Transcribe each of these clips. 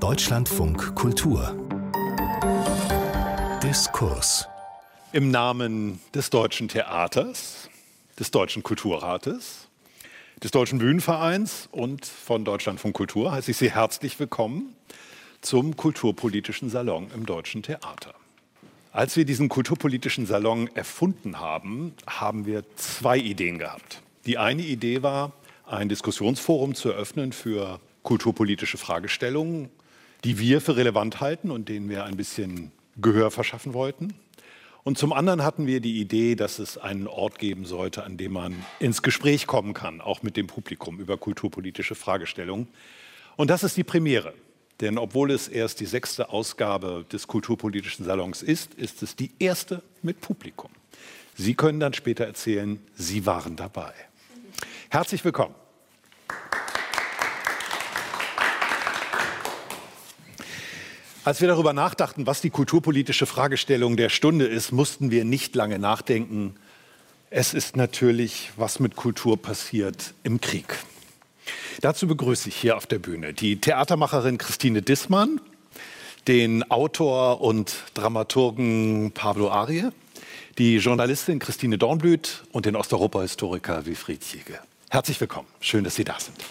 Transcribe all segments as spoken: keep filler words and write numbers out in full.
Deutschlandfunk Kultur Diskurs. Im Namen des Deutschen Theaters, des Deutschen Kulturrates, des Deutschen Bühnenvereins und von Deutschlandfunk Kultur heiße ich Sie herzlich willkommen zum Kulturpolitischen Salon im Deutschen Theater. Als wir diesen kulturpolitischen Salon erfunden haben, haben wir zwei Ideen gehabt. Die eine Idee war, ein Diskussionsforum zu eröffnen für kulturpolitische Fragestellungen, die wir für relevant halten und denen wir ein bisschen Gehör verschaffen wollten. Und zum anderen hatten wir die Idee, dass es einen Ort geben sollte, an dem man ins Gespräch kommen kann, auch mit dem Publikum über kulturpolitische Fragestellungen. Und das ist die Premiere. Denn obwohl es erst die sechste Ausgabe des Kulturpolitischen Salons ist, ist es die erste mit Publikum. Sie können dann später erzählen, Sie waren dabei. Herzlich willkommen. Als wir darüber nachdachten, was die kulturpolitische Fragestellung der Stunde ist, mussten wir nicht lange nachdenken. Es ist natürlich, was mit Kultur passiert im Krieg. Dazu begrüße ich hier auf der Bühne die Theatermacherin Christine Dissmann, den Autor und Dramaturgen Pablo Arie, die Journalistin Christine Dornblüt und den Osteuropa-Historiker Wilfried Jegge. Herzlich willkommen. Schön, dass Sie da sind.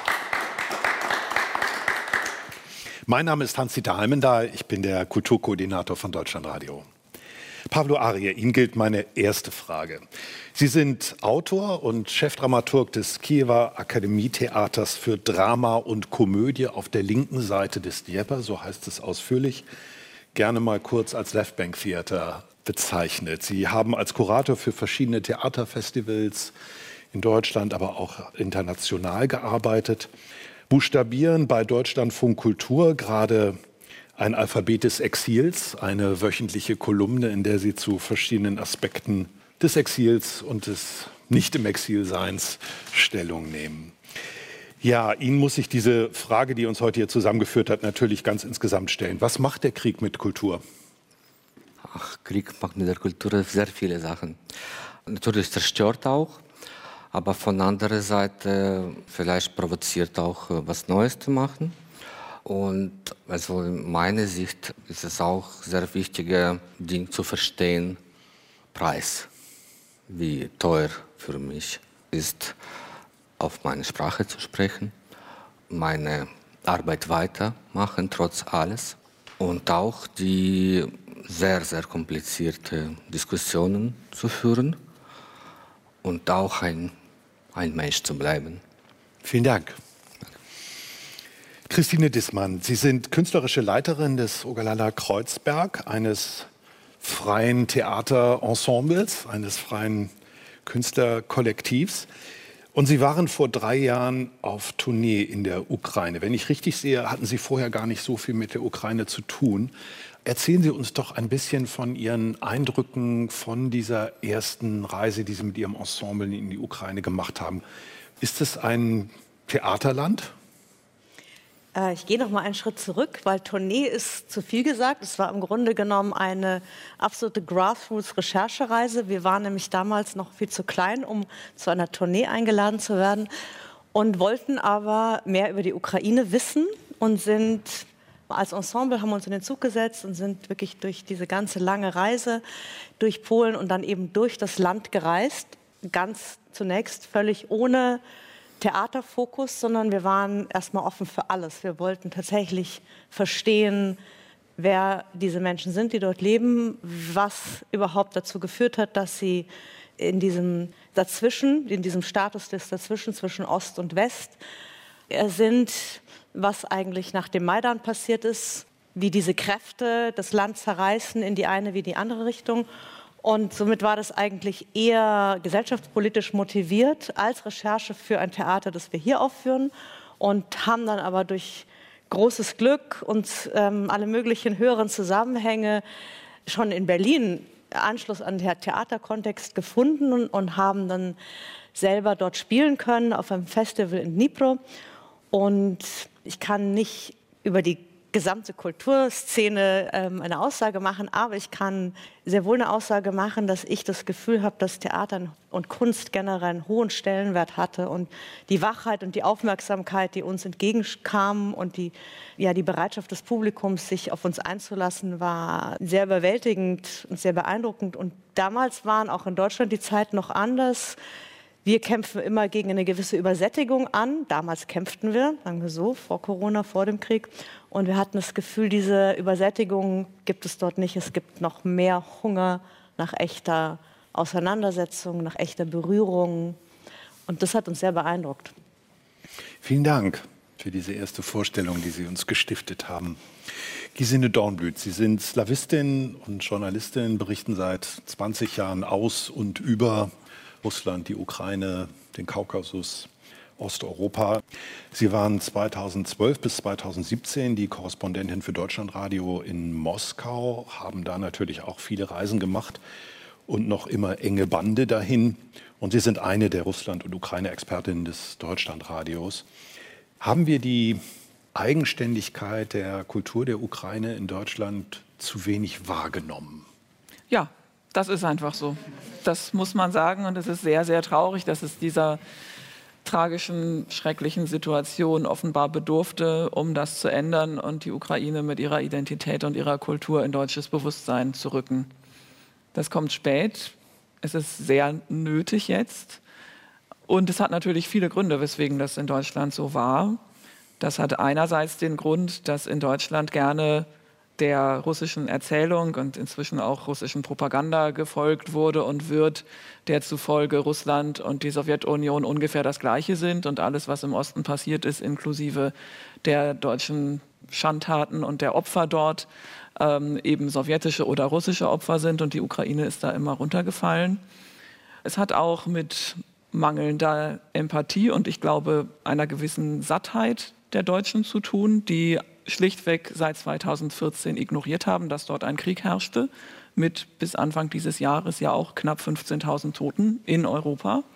Mein Name ist Hans-Dieter Halmendahl, ich bin der Kulturkoordinator von Deutschlandradio. Pablo Arie, Ihnen gilt meine erste Frage. Sie sind Autor und Chefdramaturg des Kiewer Akademietheaters für Drama und Komödie auf der linken Seite des Dnieper, so heißt es ausführlich, gerne mal kurz als Left Bank Theater bezeichnet. Sie haben als Kurator für verschiedene Theaterfestivals in Deutschland, aber auch international gearbeitet. Buchstabieren bei Deutschlandfunk Kultur gerade ein Alphabet des Exils, eine wöchentliche Kolumne, in der Sie zu verschiedenen Aspekten des Exils und des Nicht-im-Exil-Seins Stellung nehmen. Ja, Ihnen muss ich diese Frage, die uns heute hier zusammengeführt hat, natürlich ganz insgesamt stellen. Was macht der Krieg mit Kultur? Ach, Krieg macht mit der Kultur sehr viele Sachen. Natürlich zerstört auch, aber von der anderen Seite vielleicht provoziert auch, was Neues zu machen. Und also in meiner Sicht ist es auch sehr wichtig, Ding zu verstehen, Preis, wie teuer für mich ist, auf meine Sprache zu sprechen, meine Arbeit weitermachen, trotz alles. Und auch die sehr, sehr komplizierte Diskussionen zu führen und auch ein, ein Mensch zu bleiben. Vielen Dank. Christine Dissmann, Sie sind künstlerische Leiterin des Ogalalla Kreuzberg, eines freien Theaterensembles, eines freien Künstlerkollektivs. Und Sie waren vor drei Jahren auf Tournee in der Ukraine. Wenn ich richtig sehe, hatten Sie vorher gar nicht so viel mit der Ukraine zu tun. Erzählen Sie uns doch ein bisschen von Ihren Eindrücken von dieser ersten Reise, die Sie mit Ihrem Ensemble in die Ukraine gemacht haben. Ist es ein Theaterland? Ich gehe noch mal einen Schritt zurück, weil Tournee ist zu viel gesagt. Es war im Grunde genommen eine absolute Grassroots-Recherchereise. Wir waren nämlich damals noch viel zu klein, um zu einer Tournee eingeladen zu werden und wollten aber mehr über die Ukraine wissen und sind als Ensemble, haben uns in den Zug gesetzt und sind wirklich durch diese ganze lange Reise durch Polen und dann eben durch das Land gereist. Ganz zunächst völlig ohne Theaterfokus, sondern wir waren erstmal offen für alles. Wir wollten tatsächlich verstehen, wer diese Menschen sind, die dort leben, was überhaupt dazu geführt hat, dass sie in diesem Dazwischen, in diesem Status des Dazwischen zwischen Ost und West sind, was eigentlich nach dem Maidan passiert ist, wie diese Kräfte das Land zerreißen in die eine wie die andere Richtung. Und somit war das eigentlich eher gesellschaftspolitisch motiviert als Recherche für ein Theater, das wir hier aufführen. Und haben dann aber durch großes Glück und ähm, alle möglichen höheren Zusammenhänge schon in Berlin Anschluss an den Theaterkontext gefunden und, und haben dann selber dort spielen können auf einem Festival in Dnipro. Und ich kann nicht über die gesamte Kulturszene ähm, eine Aussage machen, aber ich kann sehr wohl eine Aussage machen, dass ich das Gefühl habe, dass Theater und Kunst generell einen hohen Stellenwert hatte und die Wachheit und die Aufmerksamkeit, die uns entgegenkam und die, ja, die Bereitschaft des Publikums, sich auf uns einzulassen, war sehr überwältigend und sehr beeindruckend. Und damals waren auch in Deutschland die Zeiten noch anders. Wir kämpfen immer gegen eine gewisse Übersättigung an. Damals kämpften wir, sagen wir so, vor Corona, vor dem Krieg. Und wir hatten das Gefühl, diese Übersättigung gibt es dort nicht. Es gibt noch mehr Hunger nach echter Auseinandersetzung, nach echter Berührung. Und das hat uns sehr beeindruckt. Vielen Dank für diese erste Vorstellung, die Sie uns gestiftet haben. Gesine Dornblüt, Sie sind Slawistin und Journalistin, berichten seit zwanzig Jahren aus und über Russland, die Ukraine, den Kaukasus, Osteuropa. Sie waren zweitausendzwölf bis zweitausendsiebzehn die Korrespondentin für Deutschlandradio in Moskau, haben da natürlich auch viele Reisen gemacht und noch immer enge Bande dahin. Und Sie sind eine der Russland- und Ukraine-Expertinnen des Deutschlandradios. Haben wir die Eigenständigkeit der Kultur der Ukraine in Deutschland zu wenig wahrgenommen? Ja, das ist einfach so. Das muss man sagen und es ist sehr, sehr traurig, dass es dieser tragischen, schrecklichen Situation offenbar bedurfte, um das zu ändern und die Ukraine mit ihrer Identität und ihrer Kultur in deutsches Bewusstsein zu rücken. Das kommt spät. Es ist sehr nötig jetzt. Und es hat natürlich viele Gründe, weswegen das in Deutschland so war. Das hat einerseits den Grund, dass in Deutschland gerne der russischen Erzählung und inzwischen auch russischen Propaganda gefolgt wurde und wird, der zufolge Russland und die Sowjetunion ungefähr das Gleiche sind und alles, was im Osten passiert ist, inklusive der deutschen Schandtaten und der Opfer dort, ähm, eben sowjetische oder russische Opfer sind und die Ukraine ist da immer runtergefallen. Es hat auch mit mangelnder Empathie und ich glaube einer gewissen Sattheit der Deutschen zu tun, die schlichtweg seit zweitausendvierzehn ignoriert haben, dass dort ein Krieg herrschte, mit bis Anfang dieses Jahres ja auch knapp fünfzehntausend Toten in Europa.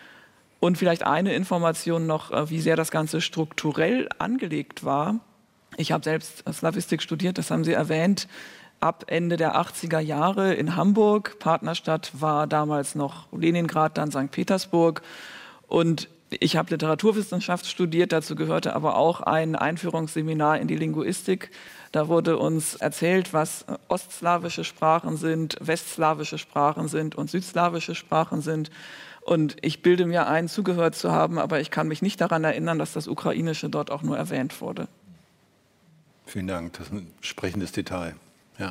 Und vielleicht eine Information noch, wie sehr das Ganze strukturell angelegt war. Ich habe selbst Slawistik studiert, das haben Sie erwähnt, ab Ende der achtziger Jahre in Hamburg. Partnerstadt war damals noch Leningrad, dann Sankt Petersburg. Und ich habe Literaturwissenschaft studiert, dazu gehörte aber auch ein Einführungsseminar in die Linguistik. Da wurde uns erzählt, was ostslawische Sprachen sind, westslawische Sprachen sind und südslawische Sprachen sind. Und ich bilde mir ein, zugehört zu haben, aber ich kann mich nicht daran erinnern, dass das Ukrainische dort auch nur erwähnt wurde. Vielen Dank, das ist ein sprechendes Detail. Ja.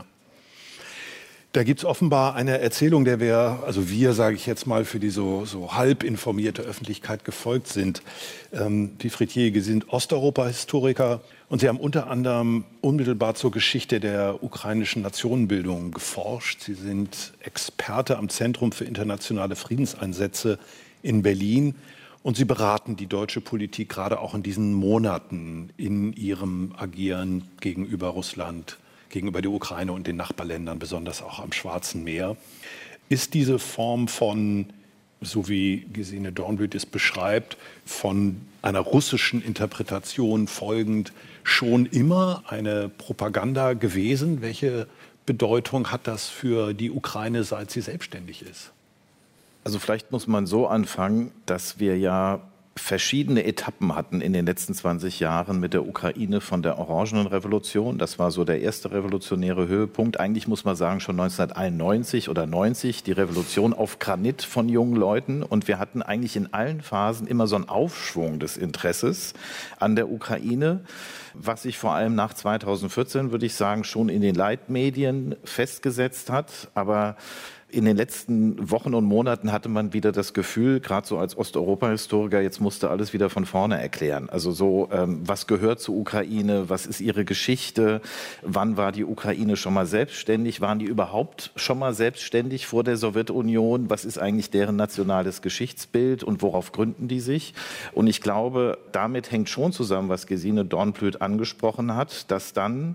Da gibt es offenbar eine Erzählung, der wir, also wir, sage ich jetzt mal, für die so, so halb informierte Öffentlichkeit gefolgt sind. Ähm, die Fritier sind Osteuropa-Historiker und Sie haben unter anderem unmittelbar zur Geschichte der ukrainischen Nationenbildung geforscht. Sie sind Experte am Zentrum für internationale Friedenseinsätze in Berlin und Sie beraten die deutsche Politik gerade auch in diesen Monaten in ihrem Agieren gegenüber Russland, gegenüber der Ukraine und den Nachbarländern, besonders auch am Schwarzen Meer. Ist diese Form von, so wie Gesine Dornblüt es beschreibt, von einer russischen Interpretation folgend schon immer eine Propaganda gewesen? Welche Bedeutung hat das für die Ukraine, seit sie selbstständig ist? Also vielleicht muss man so anfangen, dass wir ja verschiedene Etappen hatten in den letzten zwanzig Jahren mit der Ukraine von der Orangenen Revolution. Das war so der erste revolutionäre Höhepunkt. Eigentlich muss man sagen, schon neunzehnhunderteinundneunzig oder neunzig, die Revolution auf Granit von jungen Leuten. Und wir hatten eigentlich in allen Phasen immer so einen Aufschwung des Interesses an der Ukraine, was sich vor allem nach zweitausendvierzehn, würde ich sagen, schon in den Leitmedien festgesetzt hat. Aber in den letzten Wochen und Monaten hatte man wieder das Gefühl, gerade so als Osteuropa-Historiker, jetzt musste alles wieder von vorne erklären. Also so, ähm, was gehört zur Ukraine, was ist ihre Geschichte, wann war die Ukraine schon mal selbstständig, waren die überhaupt schon mal selbstständig vor der Sowjetunion, was ist eigentlich deren nationales Geschichtsbild und worauf gründen die sich? Und ich glaube, damit hängt schon zusammen, was Gesine Dornblüt angesprochen hat, dass dann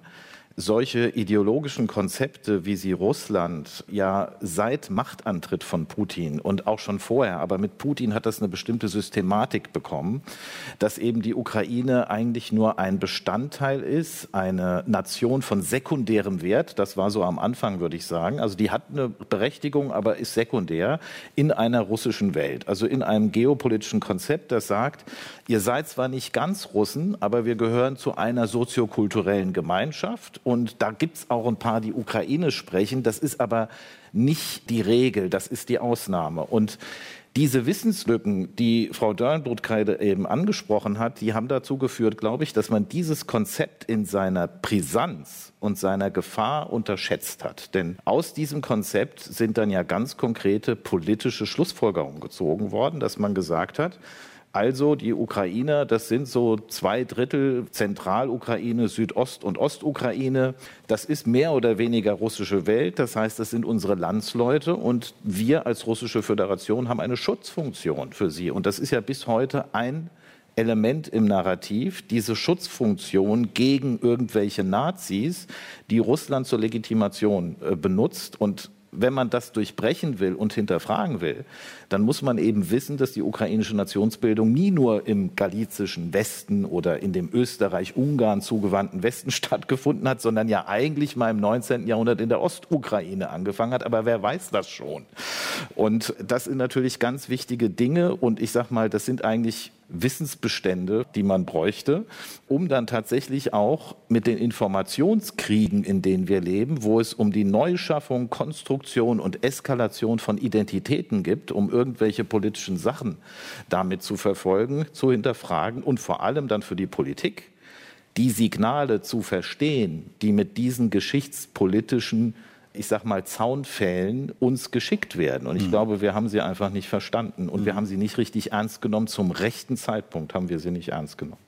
solche ideologischen Konzepte, wie sie Russland ja seit Machtantritt von Putin und auch schon vorher, aber mit Putin hat das eine bestimmte Systematik bekommen, dass eben die Ukraine eigentlich nur ein Bestandteil ist, eine Nation von sekundärem Wert, das war so am Anfang, würde ich sagen, also die hat eine Berechtigung, aber ist sekundär in einer russischen Welt, also in einem geopolitischen Konzept, das sagt, ihr seid zwar nicht ganz Russen, aber wir gehören zu einer soziokulturellen Gemeinschaft. Und da gibt es auch ein paar, die Ukrainisch sprechen. Das ist aber nicht die Regel, das ist die Ausnahme. Und diese Wissenslücken, die Frau Dörnbrot gerade eben angesprochen hat, die haben dazu geführt, glaube ich, dass man dieses Konzept in seiner Brisanz und seiner Gefahr unterschätzt hat. Denn aus diesem Konzept sind dann ja ganz konkrete politische Schlussfolgerungen gezogen worden, dass man gesagt hat, also die Ukrainer, das sind so zwei Drittel Zentralukraine, Südost- und Ostukraine. Das ist mehr oder weniger russische Welt. Das heißt, das sind unsere Landsleute. Und wir als Russische Föderation haben eine Schutzfunktion für sie. Und das ist ja bis heute ein Element im Narrativ, diese Schutzfunktion gegen irgendwelche Nazis, die Russland zur Legitimation äh, benutzt. Und wenn man das durchbrechen will und hinterfragen will, dann muss man eben wissen, dass die ukrainische Nationsbildung nie nur im galizischen Westen oder in dem Österreich-Ungarn zugewandten Westen stattgefunden hat, sondern ja eigentlich mal im neunzehnten Jahrhundert in der Ostukraine angefangen hat. Aber wer weiß das schon? Und das sind natürlich ganz wichtige Dinge. Und ich sage mal, das sind eigentlich Wissensbestände, die man bräuchte, um dann tatsächlich auch mit den Informationskriegen, in denen wir leben, wo es um die Neuschaffung, Konstruktion und Eskalation von Identitäten gibt, um irgendwelche politischen Sachen damit zu verfolgen, zu hinterfragen und vor allem dann für die Politik die Signale zu verstehen, die mit diesen geschichtspolitischen, ich sag mal, Zaunpfählen uns geschickt werden. Und ich mhm. glaube, wir haben sie einfach nicht verstanden. Und mhm. wir haben sie nicht richtig ernst genommen. Zum rechten Zeitpunkt haben wir sie nicht ernst genommen.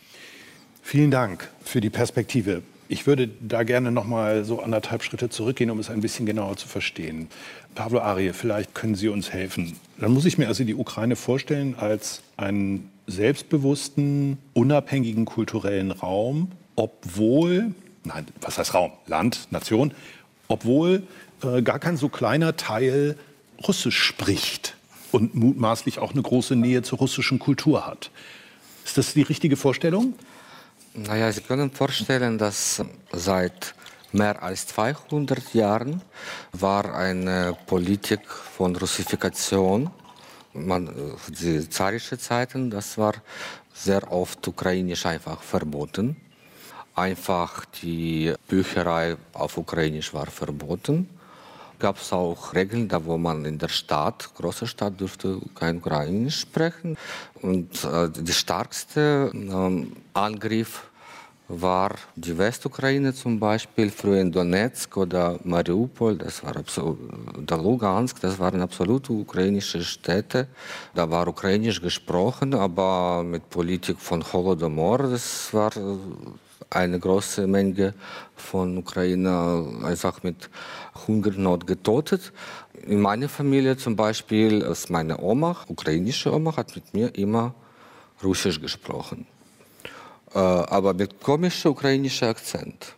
Vielen Dank für die Perspektive. Ich würde da gerne noch mal so anderthalb Schritte zurückgehen, um es ein bisschen genauer zu verstehen. Pavlo Arye, vielleicht können Sie uns helfen. Dann muss ich mir also die Ukraine vorstellen als einen selbstbewussten, unabhängigen kulturellen Raum, obwohl, nein, was heißt Raum? Land, Nation, obwohl äh, gar kein so kleiner Teil Russisch spricht und mutmaßlich auch eine große Nähe zur russischen Kultur hat. Ist das die richtige Vorstellung? Naja, Sie können vorstellen, dass seit mehr als zweihundert Jahren war eine Politik von Russifikation. Man, die zarische Zeiten, das war sehr oft ukrainisch einfach verboten. Einfach die Bücherei auf Ukrainisch war verboten. Gab es auch Regeln, da wo man in der Stadt, große Stadt, dürfte kein Ukrainisch sprechen. Und äh, der stärkste äh, Angriff war die Westukraine zum Beispiel, früher in Donetsk oder Mariupol, das war absolut, oder Lugansk, das waren absolut ukrainische Städte. Da war ukrainisch gesprochen, aber mit Politik von Holodomor, das war eine große Menge von Ukrainer einfach mit Hungernot getötet. In meiner Familie zum Beispiel, ist meine Oma, ukrainische Oma, hat mit mir immer Russisch gesprochen. Äh, aber mit komischem ukrainischen Akzent.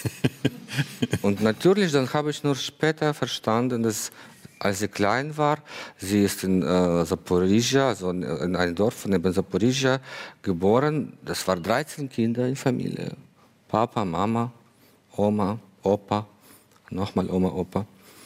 Und natürlich, dann habe ich nur später verstanden, dass als sie klein war, sie ist in äh, Zaporizhia, also in, in einem Dorf neben Zaporizhia, geboren. Das waren dreizehn Kinder in Familie. Papa, Mama, Oma, Opa, nochmal Oma, Opa.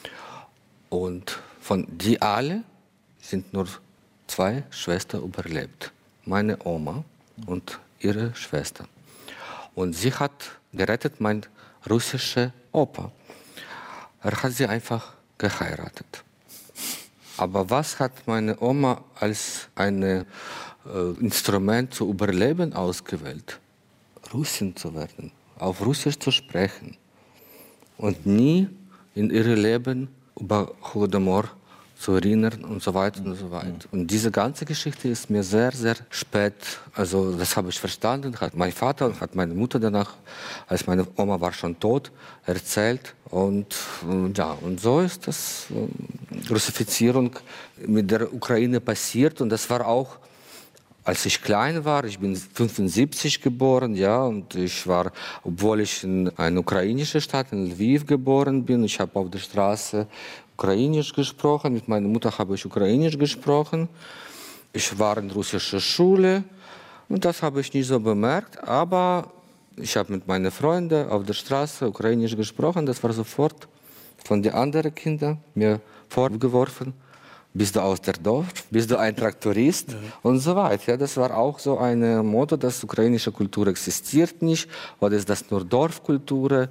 Und von die alle sind nur zwei Schwestern überlebt. Meine Oma und ihre Schwester. Und sie hat gerettet mein russischer Opa. Er hat sie einfach geheiratet. Aber was hat meine Oma als ein äh, Instrument zu überleben ausgewählt? Russin zu werden, auf Russisch zu sprechen und nie in ihrem Leben über Holodomor zu erinnern und so weiter und so weiter. Und diese ganze Geschichte ist mir sehr, sehr spät, also das habe ich verstanden, hat mein Vater und hat meine Mutter danach, als meine Oma war schon tot, erzählt. Und ja, und so ist das äh, Russifizierung mit der Ukraine passiert. Und das war auch Als ich klein war, ich bin fünfundsiebzig geboren, ja, und ich war, obwohl ich in einer ukrainischen Stadt, in Lviv geboren bin, ich habe auf der Straße ukrainisch gesprochen, mit meiner Mutter habe ich ukrainisch gesprochen. Ich war in russischer Schule und das habe ich nicht so bemerkt, aber ich habe mit meinen Freunden auf der Straße ukrainisch gesprochen, das war sofort von den anderen Kindern mir vorgeworfen. Bist du aus der Dorf? Bist du ein Traktorist? Ja. Und so weiter. Ja, das war auch so ein Motto, dass ukrainische Kultur existiert nicht. Oder ist das nur Dorfkultur?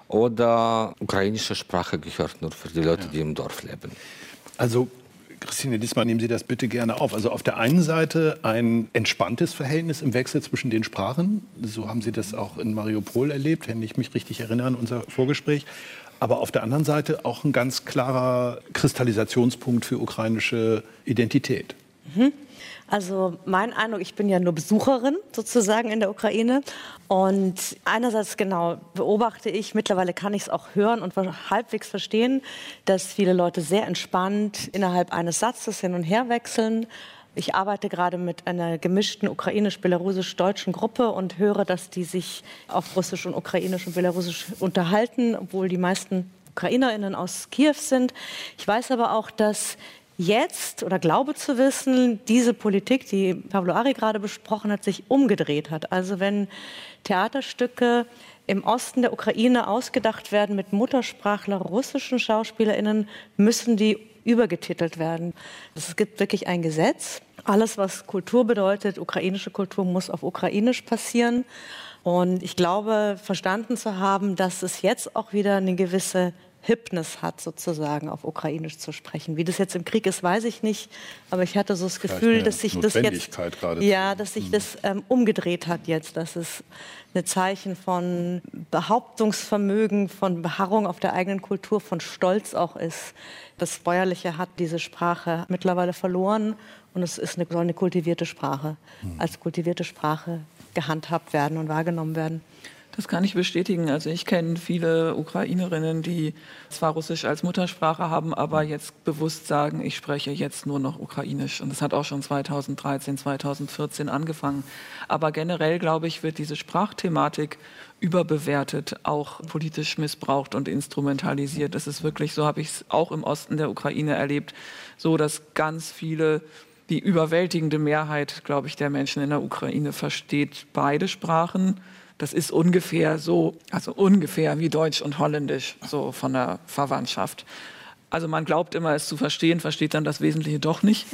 Oder ukrainische Sprache gehört nur für die Leute, ja. die im Dorf leben. Also, Christine Diesmann, nehmen Sie das bitte gerne auf. Also auf der einen Seite ein entspanntes Verhältnis im Wechsel zwischen den Sprachen. So haben Sie das auch in Mariupol erlebt, wenn ich mich richtig erinnere an unser Vorgespräch. Aber auf der anderen Seite auch ein ganz klarer Kristallisationspunkt für ukrainische Identität. Mhm. Also mein Eindruck, ich bin ja nur Besucherin sozusagen in der Ukraine. Und einerseits genau beobachte ich, mittlerweile kann ich es auch hören und halbwegs verstehen, dass viele Leute sehr entspannt innerhalb eines Satzes hin und her wechseln. Ich arbeite gerade mit einer gemischten ukrainisch-belarusisch-deutschen Gruppe und höre, dass die sich auf Russisch und Ukrainisch und Belarusisch unterhalten, obwohl die meisten UkrainerInnen aus Kiew sind. Ich weiß aber auch, dass jetzt, oder glaube zu wissen, diese Politik, die Pablo Ari gerade besprochen hat, sich umgedreht hat. Also wenn Theaterstücke im Osten der Ukraine ausgedacht werden mit Muttersprachler russischen SchauspielerInnen, müssen die übergetitelt werden. Es gibt wirklich ein Gesetz. Alles, was Kultur bedeutet, ukrainische Kultur, muss auf Ukrainisch passieren. Und ich glaube, verstanden zu haben, dass es jetzt auch wieder eine gewisse Hipness hat, sozusagen auf Ukrainisch zu sprechen. Wie das jetzt im Krieg ist, weiß ich nicht. Aber ich hatte so das Gefühl, dass sich das jetzt, ja, dass sich das ähm, umgedreht hat jetzt. Dass es ein Zeichen von Behauptungsvermögen, von Beharrung auf der eigenen Kultur, von Stolz auch ist. Das Bäuerliche hat diese Sprache mittlerweile verloren und es ist eine, soll eine kultivierte Sprache, als kultivierte Sprache gehandhabt werden und wahrgenommen werden. Das kann ich bestätigen. Also ich kenne viele Ukrainerinnen, die zwar Russisch als Muttersprache haben, aber jetzt bewusst sagen, ich spreche jetzt nur noch Ukrainisch. Und das hat auch schon zweitausenddreizehn, zweitausendvierzehn angefangen. Aber generell, glaube ich, wird diese Sprachthematik überbewertet, auch politisch missbraucht und instrumentalisiert. Das ist wirklich, so habe ich es auch im Osten der Ukraine erlebt, so dass ganz viele, die überwältigende Mehrheit, glaube ich, der Menschen in der Ukraine versteht beide Sprachen. Das ist ungefähr so, also ungefähr wie Deutsch und Holländisch, so von der Verwandtschaft. Also man glaubt immer, es zu verstehen, versteht dann das Wesentliche doch nicht.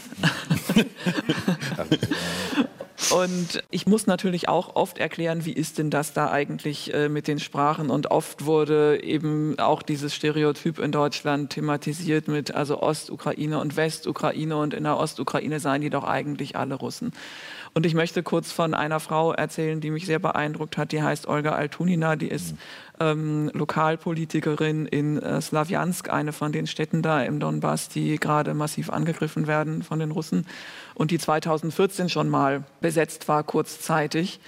Und ich muss natürlich auch oft erklären, wie ist denn das da eigentlich äh, mit den Sprachen? Und oft wurde eben auch dieses Stereotyp in Deutschland thematisiert mit also Ostukraine und Westukraine und in der Ostukraine seien die doch eigentlich alle Russen. Und ich möchte kurz von einer Frau erzählen, die mich sehr beeindruckt hat. Die heißt Olga Altunina, die ist ähm, Lokalpolitikerin in äh, Slawjansk, eine von den Städten da im Donbass, die gerade massiv angegriffen werden von den Russen und die zweitausendvierzehn schon mal besetzt war, kurzzeitig.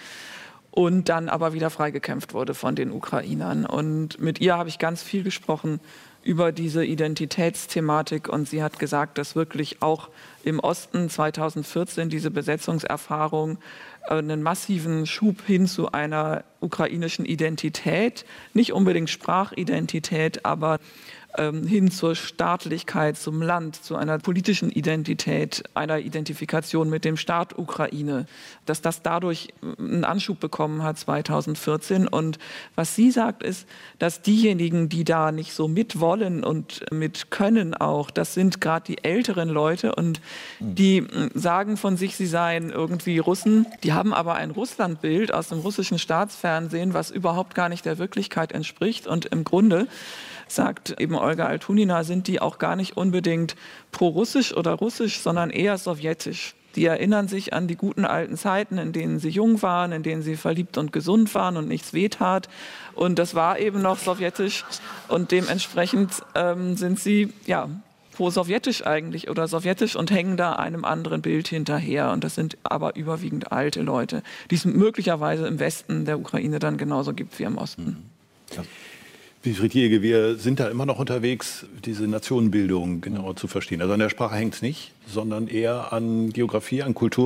Und dann aber wieder freigekämpft wurde von den Ukrainern. Und mit ihr habe ich ganz viel gesprochen über diese Identitätsthematik. Und sie hat gesagt, dass wirklich auch im Osten zweitausendvierzehn diese Besetzungserfahrung einen massiven Schub hin zu einer ukrainischen Identität, nicht unbedingt Sprachidentität, aber ähm, hin zur Staatlichkeit, zum Land, zu einer politischen Identität, einer Identifikation mit dem Staat Ukraine, dass das dadurch einen Anschub bekommen hat zweitausendvierzehn. Und was sie sagt, ist, dass diejenigen, die da nicht so mitwollen und mit können auch, das sind gerade die älteren Leute und die sagen von sich, sie seien irgendwie Russen. Die haben aber ein Russlandbild aus dem russischen Staatsfernsehen, was überhaupt gar nicht der Wirklichkeit entspricht. Und im Grunde, sagt eben Olga Altunina, sind die auch gar nicht unbedingt pro-russisch oder russisch, sondern eher sowjetisch. Die erinnern sich an die guten alten Zeiten, in denen sie jung waren, in denen sie verliebt und gesund waren und nichts wehtat. Und das war eben noch sowjetisch. Und dementsprechend ähm, sind sie, ja, pro-sowjetisch eigentlich oder sowjetisch und hängen da einem anderen Bild hinterher. Und das sind aber überwiegend alte Leute, die es möglicherweise im Westen der Ukraine dann genauso gibt wie im Osten. Ja. Wilfried Jäge, wir sind da immer noch unterwegs, diese Nationenbildung genauer zu verstehen. Also an der Sprache hängt es nicht, sondern eher an Geografie, an Kultur.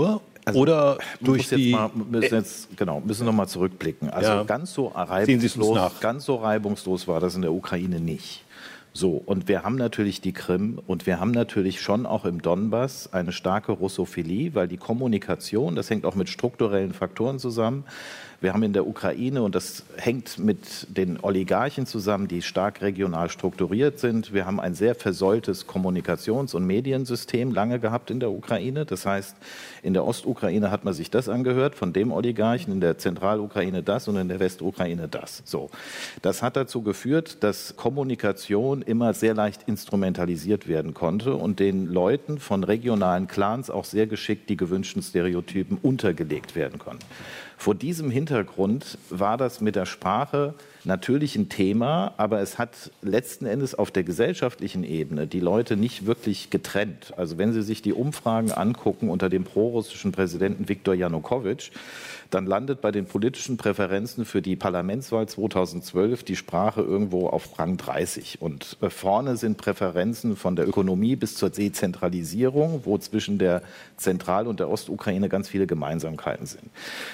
Also, oder durch jetzt die... Mal, müssen jetzt, genau, müssen noch mal zurückblicken. Also Ja. ganz so Sehen Sie es uns reibungslos, nach. ganz so reibungslos war das in der Ukraine nicht. So, und wir haben natürlich die Krim und wir haben natürlich schon auch im Donbass eine starke Russophilie, weil die Kommunikation, das hängt auch mit strukturellen Faktoren zusammen. Wir haben in der Ukraine, und das hängt mit den Oligarchen zusammen, die stark regional strukturiert sind. Wir haben ein sehr versäultes Kommunikations- und Mediensystem lange gehabt in der Ukraine. Das heißt, in der Ostukraine hat man sich das angehört von dem Oligarchen, in der Zentralukraine das und in der Westukraine das. So. Das hat dazu geführt, dass Kommunikation immer sehr leicht instrumentalisiert werden konnte und den Leuten von regionalen Clans auch sehr geschickt die gewünschten Stereotypen untergelegt werden konnten. Vor diesem Hintergrund war das mit der Sprache natürlich ein Thema, aber es hat letzten Endes auf der gesellschaftlichen Ebene die Leute nicht wirklich getrennt. Also wenn Sie sich die Umfragen angucken unter dem prorussischen Präsidenten Viktor Janukowitsch, dann landet bei den politischen Präferenzen für die Parlamentswahl zweitausendzwölf die Sprache irgendwo auf Rang dreißig. Und vorne sind Präferenzen von der Ökonomie bis zur Dezentralisierung, wo zwischen der Zentral- und der Ostukraine ganz viele Gemeinsamkeiten sind.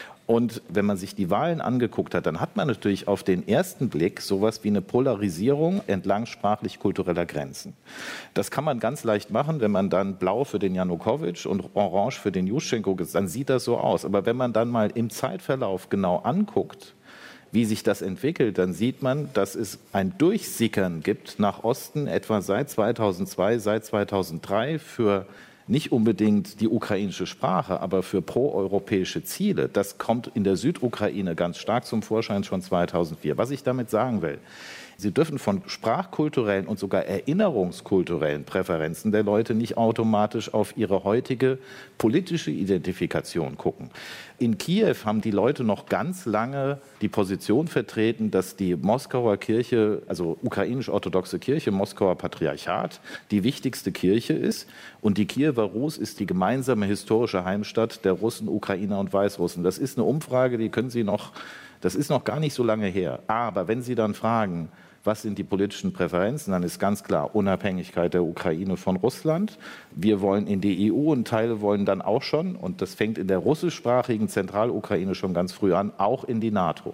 Und wenn man sich die Wahlen angeguckt hat, dann hat man natürlich auf den ersten Blick sowas wie eine Polarisierung entlang sprachlich-kultureller Grenzen. Das kann man ganz leicht machen, wenn man dann blau für den Janukowitsch und orange für den Juschenko, dann sieht das so aus. Aber wenn man dann mal im Zeitverlauf genau anguckt, wie sich das entwickelt, dann sieht man, dass es ein Durchsickern gibt nach Osten, etwa seit zweitausendzwei, seit zweitausenddrei für nicht unbedingt die ukrainische Sprache, aber für proeuropäische Ziele. Das kommt in der Südukraine ganz stark zum Vorschein schon zweitausendvier. Was ich damit sagen will, Sie dürfen von sprachkulturellen und sogar erinnerungskulturellen Präferenzen der Leute nicht automatisch auf ihre heutige politische Identifikation gucken. In Kiew haben die Leute noch ganz lange die Position vertreten, dass die Moskauer Kirche, also ukrainisch-orthodoxe Kirche, Moskauer Patriarchat, die wichtigste Kirche ist. Und die Kiewer Rus ist die gemeinsame historische Heimstatt der Russen, Ukrainer und Weißrussen. Das ist eine Umfrage, die können Sie noch, das ist noch gar nicht so lange her. Aber wenn Sie dann fragen, was sind die politischen Präferenzen, dann ist ganz klar Unabhängigkeit der Ukraine von Russland. Wir wollen in die E U und Teile wollen dann auch schon, und das fängt in der russischsprachigen Zentralukraine schon ganz früh an, auch in die NATO.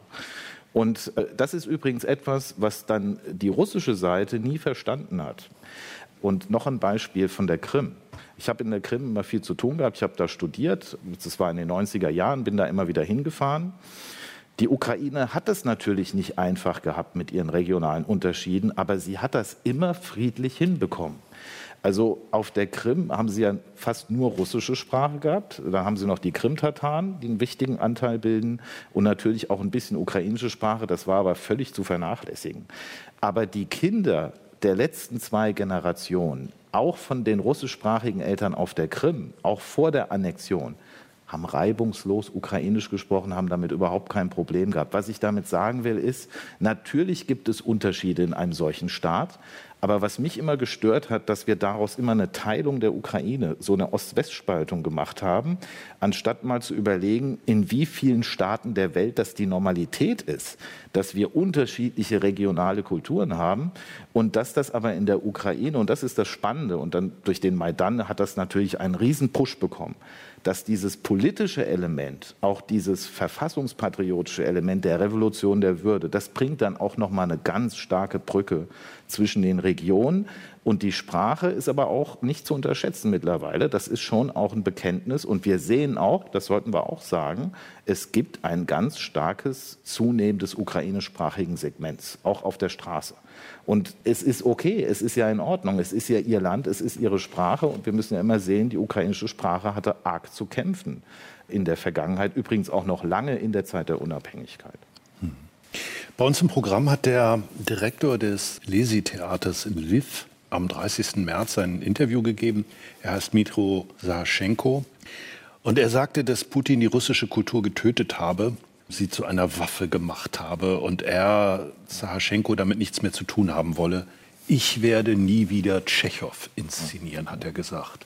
Und das ist übrigens etwas, was dann die russische Seite nie verstanden hat. Und noch ein Beispiel von der Krim. Ich habe in der Krim immer viel zu tun gehabt. Ich habe da studiert. Das war in den neunziger Jahren, bin da immer wieder hingefahren. Die Ukraine hat es natürlich nicht einfach gehabt mit ihren regionalen Unterschieden, aber sie hat das immer friedlich hinbekommen. Also auf der Krim haben sie ja fast nur russische Sprache gehabt. Da haben sie noch die Krim-Tataren, die einen wichtigen Anteil bilden, und natürlich auch ein bisschen ukrainische Sprache. Das war aber völlig zu vernachlässigen. Aber die Kinder der letzten zwei Generationen, auch von den russischsprachigen Eltern auf der Krim, auch vor der Annexion, haben reibungslos Ukrainisch gesprochen, haben damit überhaupt kein Problem gehabt. Was ich damit sagen will, ist, natürlich gibt es Unterschiede in einem solchen Staat. Aber was mich immer gestört hat, dass wir daraus immer eine Teilung der Ukraine, so eine Ost-West-Spaltung gemacht haben, anstatt mal zu überlegen, in wie vielen Staaten der Welt das die Normalität ist, dass wir unterschiedliche regionale Kulturen haben und dass das aber in der Ukraine, und das ist das Spannende, und dann durch den Maidan hat das natürlich einen riesen Push bekommen, dass dieses politische Element, auch dieses verfassungspatriotische Element der Revolution der Würde, das bringt dann auch noch mal eine ganz starke Brücke zwischen den Regionen. Und die Sprache ist aber auch nicht zu unterschätzen mittlerweile. Das ist schon auch ein Bekenntnis. Und wir sehen auch, das sollten wir auch sagen, es gibt ein ganz starkes Zunehmen des ukrainischsprachigen Segments, auch auf der Straße. Und es ist okay, es ist ja in Ordnung, es ist ja ihr Land, es ist ihre Sprache. Und wir müssen ja immer sehen, die ukrainische Sprache hatte arg zu kämpfen in der Vergangenheit, übrigens auch noch lange in der Zeit der Unabhängigkeit. Hm. Bei uns im Programm hat der Direktor des Lesi-Theaters in Lviv am dreißigsten März ein Interview gegeben. Er heißt Dmytro Sahaschenko. Und er sagte, dass Putin die russische Kultur getötet habe, sie zu einer Waffe gemacht habe und er, Sahaschenko, damit nichts mehr zu tun haben wolle. Ich werde nie wieder Tschechow inszenieren, hat er gesagt.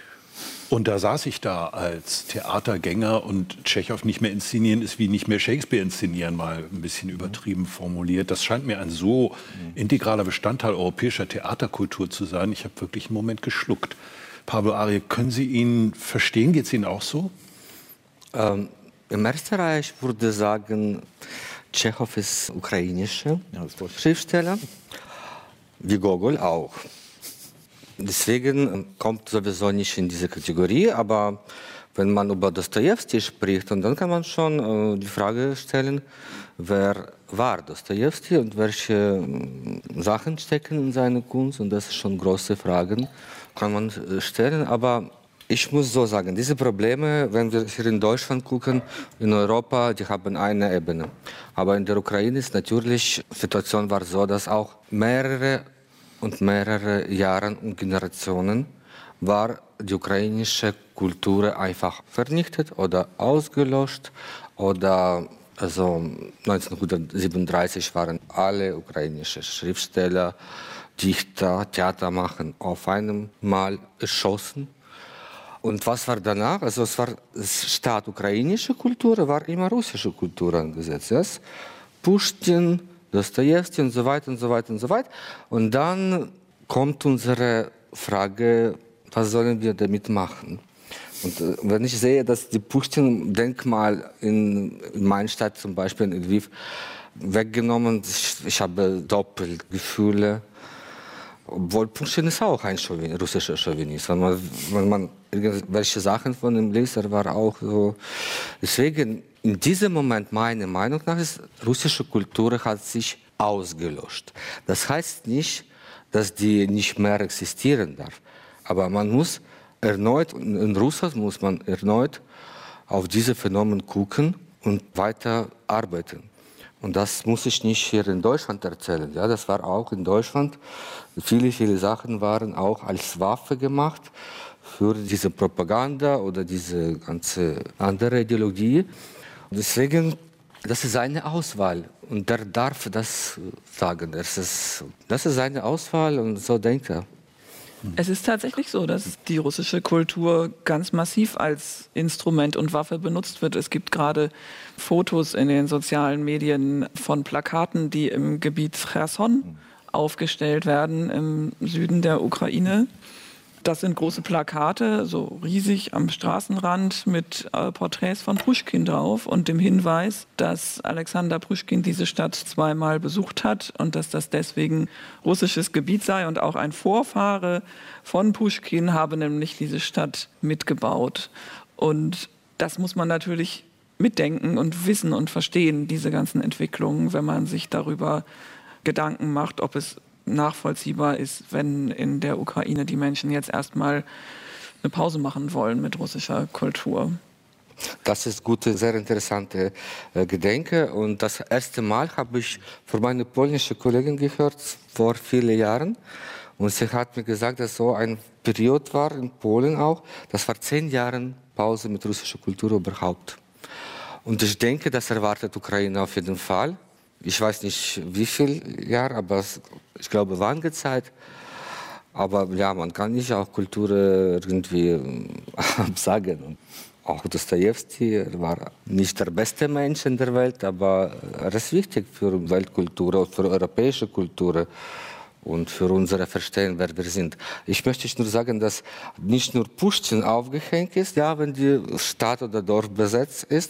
Und da saß ich da als Theatergänger und Tschechow nicht mehr inszenieren ist wie nicht mehr Shakespeare inszenieren, mal ein bisschen übertrieben formuliert. Das scheint mir ein so integraler Bestandteil europäischer Theaterkultur zu sein. Ich habe wirklich einen Moment geschluckt. Pablo Ariel, können Sie ihn verstehen? Geht es Ihnen auch so? Ähm, Im ersten Reich würde ich sagen, Tschechow ist ukrainischer Ja, das wollte ich. Schriftsteller, wie Gogol auch. Deswegen kommt sowieso nicht in diese Kategorie, aber wenn man über Dostojewski spricht, und dann kann man schon äh, die Frage stellen, wer war Dostojewski und welche äh, Sachen stecken in seiner Kunst, und das ist schon große Fragen, kann man äh, stellen, aber ich muss so sagen, diese Probleme, wenn wir hier in Deutschland gucken, in Europa, die haben eine Ebene. Aber in der Ukraine ist natürlich, die Situation war so, dass auch mehrere und mehrere Jahre und Generationen war die ukrainische Kultur einfach vernichtet oder ausgelöscht. Oder also neunzehnhundertsiebenunddreißig waren alle ukrainische Schriftsteller, Dichter, Theatermacher auf einmal erschossen. Und was war danach? Also es war statt ukrainische Kultur, war immer russische Kultur angesetzt. Yes? Puschkin, Dostojewski und so weiter und so weiter und so weiter. Und dann kommt unsere Frage, was sollen wir damit machen? Und äh, wenn ich sehe, dass die Puschkin-Denkmal in, in meiner Stadt, zum Beispiel in Lviv, weggenommen, ich, ich habe Doppelgefühle. Obwohl Puschkin ist auch ein Chauvin, russischer Chauvinist. Wenn man, wenn man irgendwelche Sachen von ihm liest, er war auch so. Deswegen, in diesem Moment, meiner Meinung nach, ist russische Kultur hat sich ausgelöscht. Das heißt nicht, dass die nicht mehr existieren darf. Aber man muss erneut, in Russland muss man erneut auf diese Phänomene gucken und weiter arbeiten. Und das muss ich nicht hier in Deutschland erzählen. Ja, das war auch in Deutschland. Viele, viele Sachen waren auch als Waffe gemacht für diese Propaganda oder diese ganze andere Ideologie. Und deswegen, das ist seine Auswahl. Und der darf das sagen. Das ist, das ist seine Auswahl und so denkt er. Es ist tatsächlich so, dass die russische Kultur ganz massiv als Instrument und Waffe benutzt wird. Es gibt gerade Fotos in den sozialen Medien von Plakaten, die im Gebiet Cherson aufgestellt werden, im Süden der Ukraine. Das sind große Plakate, so riesig am Straßenrand mit äh, Porträts von Puschkin drauf und dem Hinweis, dass Alexander Puschkin diese Stadt zweimal besucht hat und dass das deswegen russisches Gebiet sei. Und auch ein Vorfahre von Puschkin habe nämlich diese Stadt mitgebaut. Und das muss man natürlich mitdenken und wissen und verstehen, diese ganzen Entwicklungen, wenn man sich darüber Gedanken macht, ob es nachvollziehbar ist, wenn in der Ukraine die Menschen jetzt erstmal eine Pause machen wollen mit russischer Kultur. Das ist gute, sehr interessante äh, Gedanke. Und das erste Mal habe ich von meiner polnischen Kollegin gehört, vor vielen Jahren. Und sie hat mir gesagt, dass so ein Period war in Polen auch. Das war zehn Jahre Pause mit russischer Kultur überhaupt. Und ich denke, das erwartet Ukraine auf jeden Fall. Ich weiß nicht, wie viel Jahre, aber ich glaube, lange Zeit. Aber ja, man kann nicht auch Kultur irgendwie absagen. Und auch Dostojewski war nicht der beste Mensch in der Welt, aber er ist wichtig für Weltkultur, für europäische Kultur und für unser Verstehen, wer wir sind. Ich möchte nur sagen, dass nicht nur Puschkin aufgehängt ist, ja, wenn die Stadt oder Dorf besetzt ist.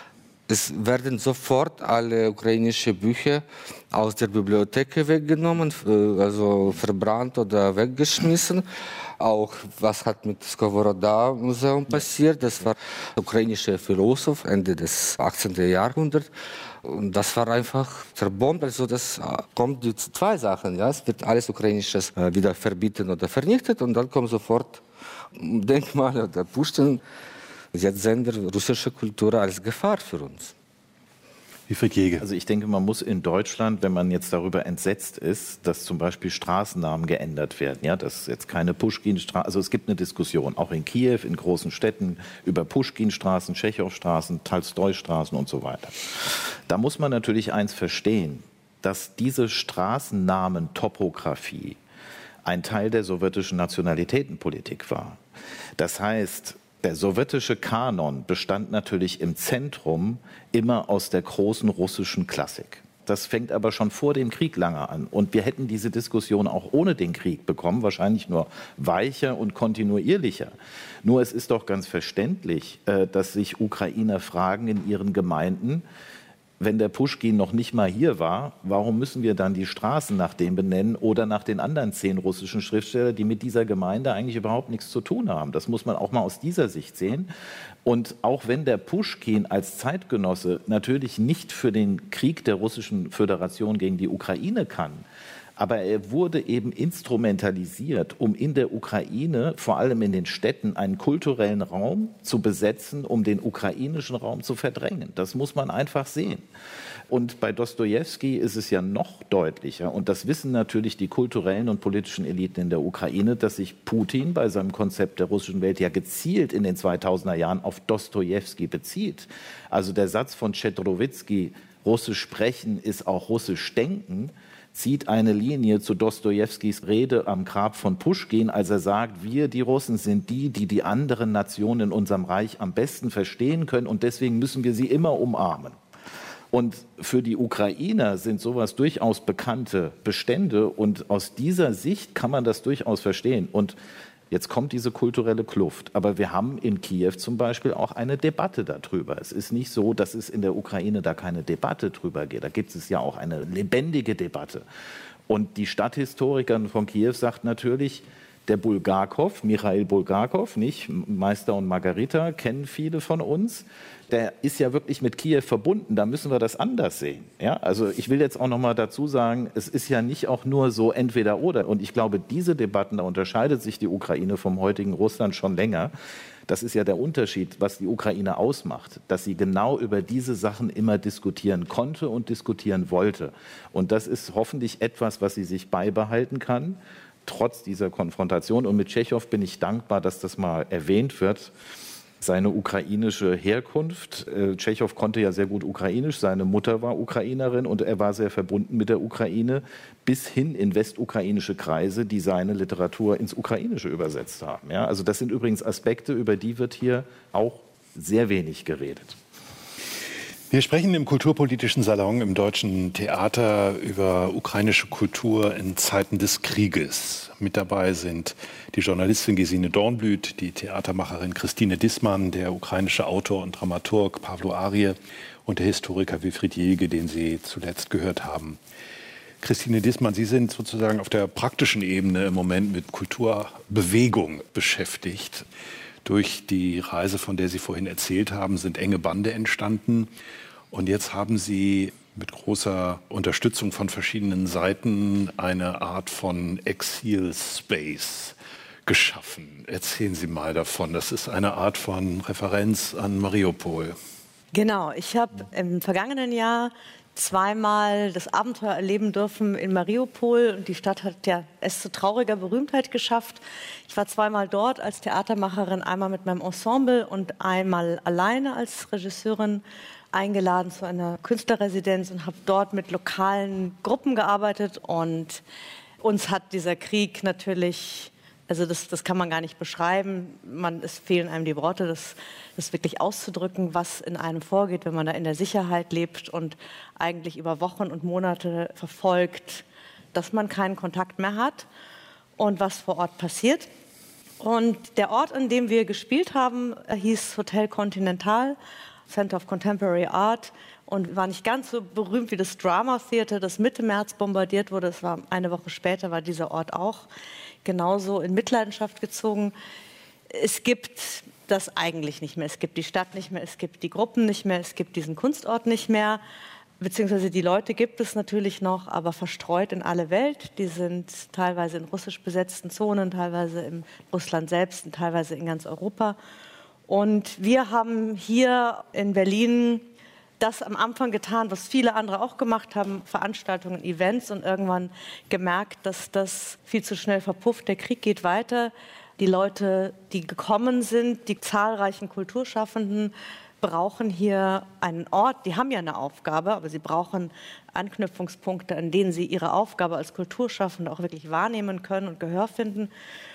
Es werden sofort alle ukrainischen Bücher aus der Bibliothek weggenommen, also verbrannt oder weggeschmissen. Auch was hat mit Skovoroda-Museum passiert, das war ein ukrainischer Philosoph Ende des achtzehnten. Jahrhunderts. Und das war einfach zerbombt. Also das kommt zu zwei Sachen. Ja? Es wird alles Ukrainisches wieder verbieten oder vernichtet und dann kommt sofort Denkmal oder Puschkin. Jetzt sehen wir russische Kultur als Gefahr für uns. Wilfried Jäger. Also ich denke, man muss in Deutschland, wenn man jetzt darüber entsetzt ist, dass zum Beispiel Straßennamen geändert werden, ja, dass jetzt keine Puschkin-Straße, also es gibt eine Diskussion, auch in Kiew, in großen Städten, über Puschkin-Straßen, Tschechow-Straßen, Tolstoi-Straßen und so weiter. Da muss man natürlich eins verstehen, dass diese Straßennamen-Topographie ein Teil der sowjetischen Nationalitätenpolitik war. Das heißt, der sowjetische Kanon bestand natürlich im Zentrum immer aus der großen russischen Klassik. Das fängt aber schon vor dem Krieg lange an. Und wir hätten diese Diskussion auch ohne den Krieg bekommen, wahrscheinlich nur weicher und kontinuierlicher. Nur es ist doch ganz verständlich, dass sich Ukrainer fragen in ihren Gemeinden, wenn der Puschkin noch nicht mal hier war, warum müssen wir dann die Straßen nach dem benennen oder nach den anderen zehn russischen Schriftstellern, die mit dieser Gemeinde eigentlich überhaupt nichts zu tun haben? Das muss man auch mal aus dieser Sicht sehen. Und auch wenn der Puschkin als Zeitgenosse natürlich nicht für den Krieg der Russischen Föderation gegen die Ukraine kann, aber er wurde eben instrumentalisiert, um in der Ukraine, vor allem in den Städten, einen kulturellen Raum zu besetzen, um den ukrainischen Raum zu verdrängen. Das muss man einfach sehen. Und bei Dostojewski ist es ja noch deutlicher, und das wissen natürlich die kulturellen und politischen Eliten in der Ukraine, dass sich Putin bei seinem Konzept der russischen Welt ja gezielt in den zweitausender Jahren auf Dostojewski bezieht. Also der Satz von Tschedrowitzki, Russisch sprechen ist auch Russisch denken, zieht eine Linie zu Dostojewskis Rede am Grab von Puschkin, als er sagt, wir, die Russen, sind die, die die anderen Nationen in unserem Reich am besten verstehen können und deswegen müssen wir sie immer umarmen. Und für die Ukrainer sind sowas durchaus bekannte Bestände und aus dieser Sicht kann man das durchaus verstehen. Und jetzt kommt diese kulturelle Kluft. Aber wir haben in Kiew zum Beispiel auch eine Debatte darüber. Es ist nicht so, dass es in der Ukraine da keine Debatte drüber geht. Da gibt es ja auch eine lebendige Debatte. Und die Stadthistorikerin von Kiew sagt natürlich, der Bulgakov, Michail Bulgakov, nicht Meister und Margarita, kennen viele von uns. Der ist ja wirklich mit Kiew verbunden. Da müssen wir das anders sehen. Ja, also ich will jetzt auch noch mal dazu sagen, es ist ja nicht auch nur so entweder oder. Und ich glaube, diese Debatten, da unterscheidet sich die Ukraine vom heutigen Russland schon länger. Das ist ja der Unterschied, was die Ukraine ausmacht, dass sie genau über diese Sachen immer diskutieren konnte und diskutieren wollte. Und das ist hoffentlich etwas, was sie sich beibehalten kann, trotz dieser Konfrontation. Und mit Tschechow bin ich dankbar, dass das mal erwähnt wird. Seine ukrainische Herkunft. Tschechow konnte ja sehr gut Ukrainisch. Seine Mutter war Ukrainerin und er war sehr verbunden mit der Ukraine, bis hin in westukrainische Kreise, die seine Literatur ins Ukrainische übersetzt haben. Ja, also das sind übrigens Aspekte, über die wird hier auch sehr wenig geredet. Wir sprechen im Kulturpolitischen Salon im Deutschen Theater über ukrainische Kultur in Zeiten des Krieges. Mit dabei sind die Journalistin Gesine Dornblüt, die Theatermacherin Christine Dissmann, der ukrainische Autor und Dramaturg Pawlo Arie und der Historiker Wilfried Jilge, den Sie zuletzt gehört haben. Christine Dissmann, Sie sind sozusagen auf der praktischen Ebene im Moment mit Kulturbewegung beschäftigt. Durch die Reise, von der Sie vorhin erzählt haben, sind enge Bande entstanden. Und jetzt haben Sie mit großer Unterstützung von verschiedenen Seiten eine Art von Exil-Space geschaffen. Erzählen Sie mal davon. Das ist eine Art von Referenz an Mariupol. Genau, ich habe im vergangenen Jahr zweimal das Abenteuer erleben dürfen in Mariupol. Die Stadt hat ja es zu trauriger Berühmtheit geschafft. Ich war zweimal dort als Theatermacherin, einmal mit meinem Ensemble und einmal alleine als Regisseurin eingeladen zu einer Künstlerresidenz und habe dort mit lokalen Gruppen gearbeitet. Und uns hat dieser Krieg natürlich, also das, das kann man gar nicht beschreiben, man, es fehlen einem die Worte, das, das wirklich auszudrücken, was in einem vorgeht, wenn man da in der Sicherheit lebt und eigentlich über Wochen und Monate verfolgt, dass man keinen Kontakt mehr hat und was vor Ort passiert. Und der Ort, an dem wir gespielt haben, hieß Hotel Continental, Center of Contemporary Art, und war nicht ganz so berühmt wie das Drama Theater, das Mitte März bombardiert wurde. Das war eine Woche später, war dieser Ort auch genauso in Mitleidenschaft gezogen. Es gibt das eigentlich nicht mehr. Es gibt die Stadt nicht mehr, es gibt die Gruppen nicht mehr, es gibt diesen Kunstort nicht mehr. Beziehungsweise die Leute gibt es natürlich noch, aber verstreut in alle Welt. Die sind teilweise in russisch besetzten Zonen, teilweise in Russland selbst und teilweise in ganz Europa. Und wir haben hier in Berlin das am Anfang getan, was viele andere auch gemacht haben, Veranstaltungen, Events, und irgendwann gemerkt, dass das viel zu schnell verpufft. Der Krieg geht weiter. Die Leute, die gekommen sind, die zahlreichen Kulturschaffenden, brauchen hier einen Ort. Die haben ja eine Aufgabe, aber sie brauchen Anknüpfungspunkte, an denen sie ihre Aufgabe als Kulturschaffende auch wirklich wahrnehmen können und Gehör finden.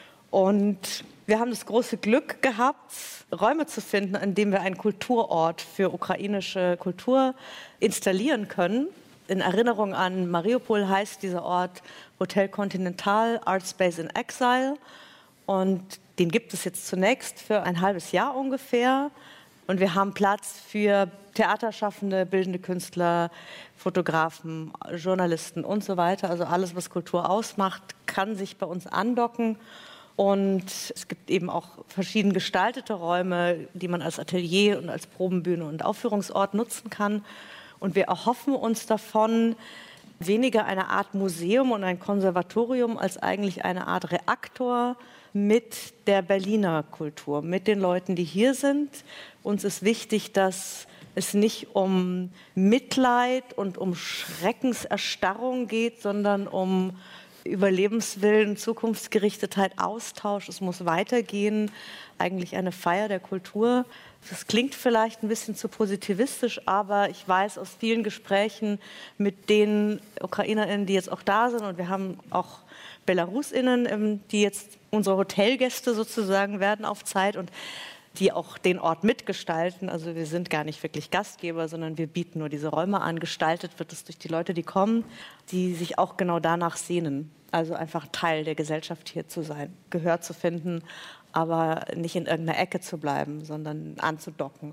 Und wir haben das große Glück gehabt, Räume zu finden, an denen wir einen Kulturort für ukrainische Kultur installieren können. in Erinnerung an Mariupol heißt dieser Ort Hotel Continental, Art Space in Exile. Und den gibt es jetzt zunächst für ein halbes Jahr ungefähr. Und wir haben Platz für Theaterschaffende, bildende Künstler, Fotografen, Journalisten und so weiter. Also alles, was Kultur ausmacht, kann sich bei uns andocken. Und es gibt eben auch verschieden gestaltete Räume, die man als Atelier und als Probenbühne und Aufführungsort nutzen kann. Und wir erhoffen uns davon weniger eine Art Museum und ein Konservatorium als eigentlich eine Art Reaktor mit der Berliner Kultur, mit den Leuten, die hier sind. Uns ist wichtig, dass es nicht um Mitleid und um Schreckenserstarrung geht, sondern um Überlebenswillen, Zukunftsgerichtetheit, Austausch. Es muss weitergehen, eigentlich eine Feier der Kultur. Das klingt vielleicht ein bisschen zu positivistisch, aber ich weiß aus vielen Gesprächen mit den UkrainerInnen, die jetzt auch da sind, und wir haben auch BelarusInnen, die jetzt unsere Hotelgäste sozusagen werden auf Zeit und die auch den Ort mitgestalten. Also wir sind gar nicht wirklich Gastgeber, sondern wir bieten nur diese Räume an. Gestaltet wird es durch die Leute, die kommen, die sich auch genau danach sehnen. Also einfach Teil der Gesellschaft hier zu sein, Gehör zu finden, aber nicht in irgendeiner Ecke zu bleiben, sondern anzudocken.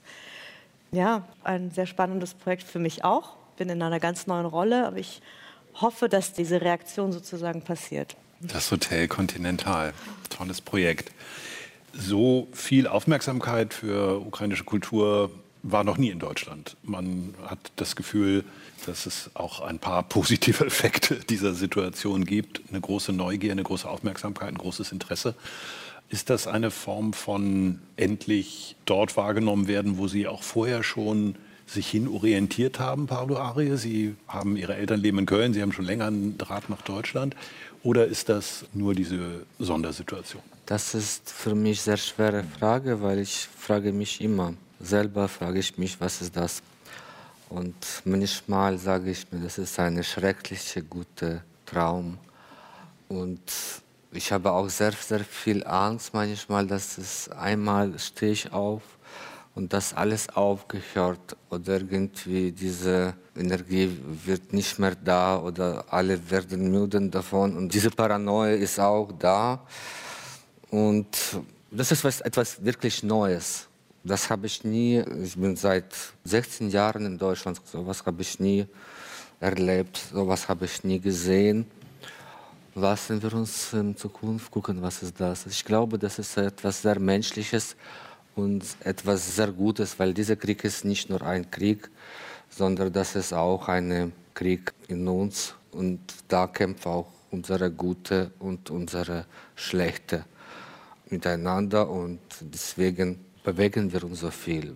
Ja, ein sehr spannendes Projekt für mich auch. Bin in einer ganz neuen Rolle, aber ich hoffe, dass diese Reaktion sozusagen passiert. Das Hotel Continental, tolles Projekt. So viel Aufmerksamkeit für ukrainische Kultur war noch nie in Deutschland. Man hat das Gefühl, dass es auch ein paar positive Effekte dieser Situation gibt. Eine große Neugier, eine große Aufmerksamkeit, ein großes Interesse. Ist das eine Form von endlich dort wahrgenommen werden, wo Sie auch vorher schon sich hin orientiert haben, Pablo Arie? Sie haben Ihre Eltern leben in Köln, Sie haben schon länger einen Draht nach Deutschland. Oder ist das nur diese Sondersituation? Das ist für mich eine sehr schwere Frage, weil ich frage mich immer, selber frage ich mich, was ist das? Und manchmal sage ich mir, das ist ein schrecklicher, guter Traum. Und ich habe auch sehr, sehr viel Angst manchmal, dass es einmal stehe ich auf und das alles aufgehört oder irgendwie diese Energie wird nicht mehr da oder alle werden müde davon und diese Paranoia ist auch da. Und das ist was, etwas wirklich Neues. Das habe ich nie, ich bin seit sechzehn Jahren in Deutschland, sowas habe ich nie erlebt, sowas habe ich nie gesehen. Lassen wir uns in Zukunft gucken, was ist das. Ich glaube, das ist etwas sehr Menschliches und etwas sehr Gutes, weil dieser Krieg ist nicht nur ein Krieg, sondern das ist auch ein Krieg in uns und da kämpft auch unsere Gute und unsere Schlechte miteinander und deswegen bewegen wir uns so viel.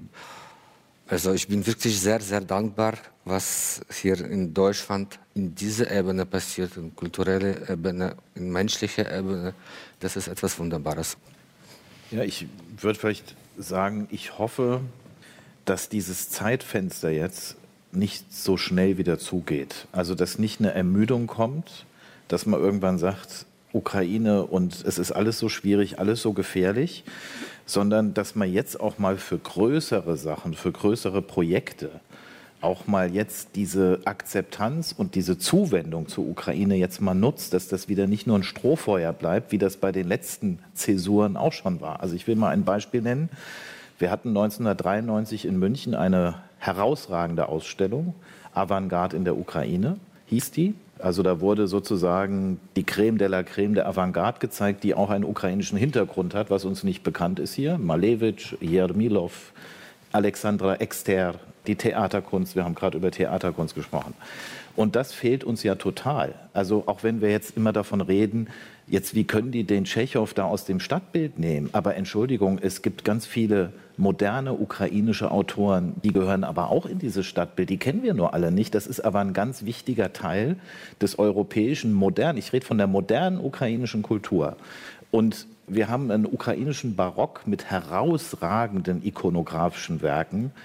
Also ich bin wirklich sehr, sehr dankbar, was hier in Deutschland in dieser Ebene passiert, in kultureller Ebene, in menschlicher Ebene. Das ist etwas Wunderbares. Ja, ich würde vielleicht sagen, ich hoffe, dass dieses Zeitfenster jetzt nicht so schnell wieder zugeht. Also dass nicht eine Ermüdung kommt, dass man irgendwann sagt, Ukraine und es ist alles so schwierig, alles so gefährlich, sondern dass man jetzt auch mal für größere Sachen, für größere Projekte auch mal jetzt diese Akzeptanz und diese Zuwendung zur Ukraine jetzt mal nutzt, dass das wieder nicht nur ein Strohfeuer bleibt, wie das bei den letzten Zäsuren auch schon war. Also ich will mal ein Beispiel nennen. Wir hatten neunzehnhundertdreiundneunzig in München eine herausragende Ausstellung, Avantgarde in der Ukraine, hieß die. Also da wurde sozusagen die Creme de la Creme der Avantgarde gezeigt, die auch einen ukrainischen Hintergrund hat, was uns nicht bekannt ist hier. Malevich, Jermilov, Alexandra Exter, die Theaterkunst, wir haben gerade über Theaterkunst gesprochen. Und das fehlt uns ja total. Also auch wenn wir jetzt immer davon reden, jetzt wie können die den Tschechow da aus dem Stadtbild nehmen? Aber Entschuldigung, es gibt ganz viele moderne ukrainische Autoren, die gehören aber auch in dieses Stadtbild. Die kennen wir nur alle nicht. Das ist aber ein ganz wichtiger Teil des europäischen modernen, ich rede von der modernen ukrainischen Kultur. Und wir haben einen ukrainischen Barock mit herausragenden ikonografischen Werken,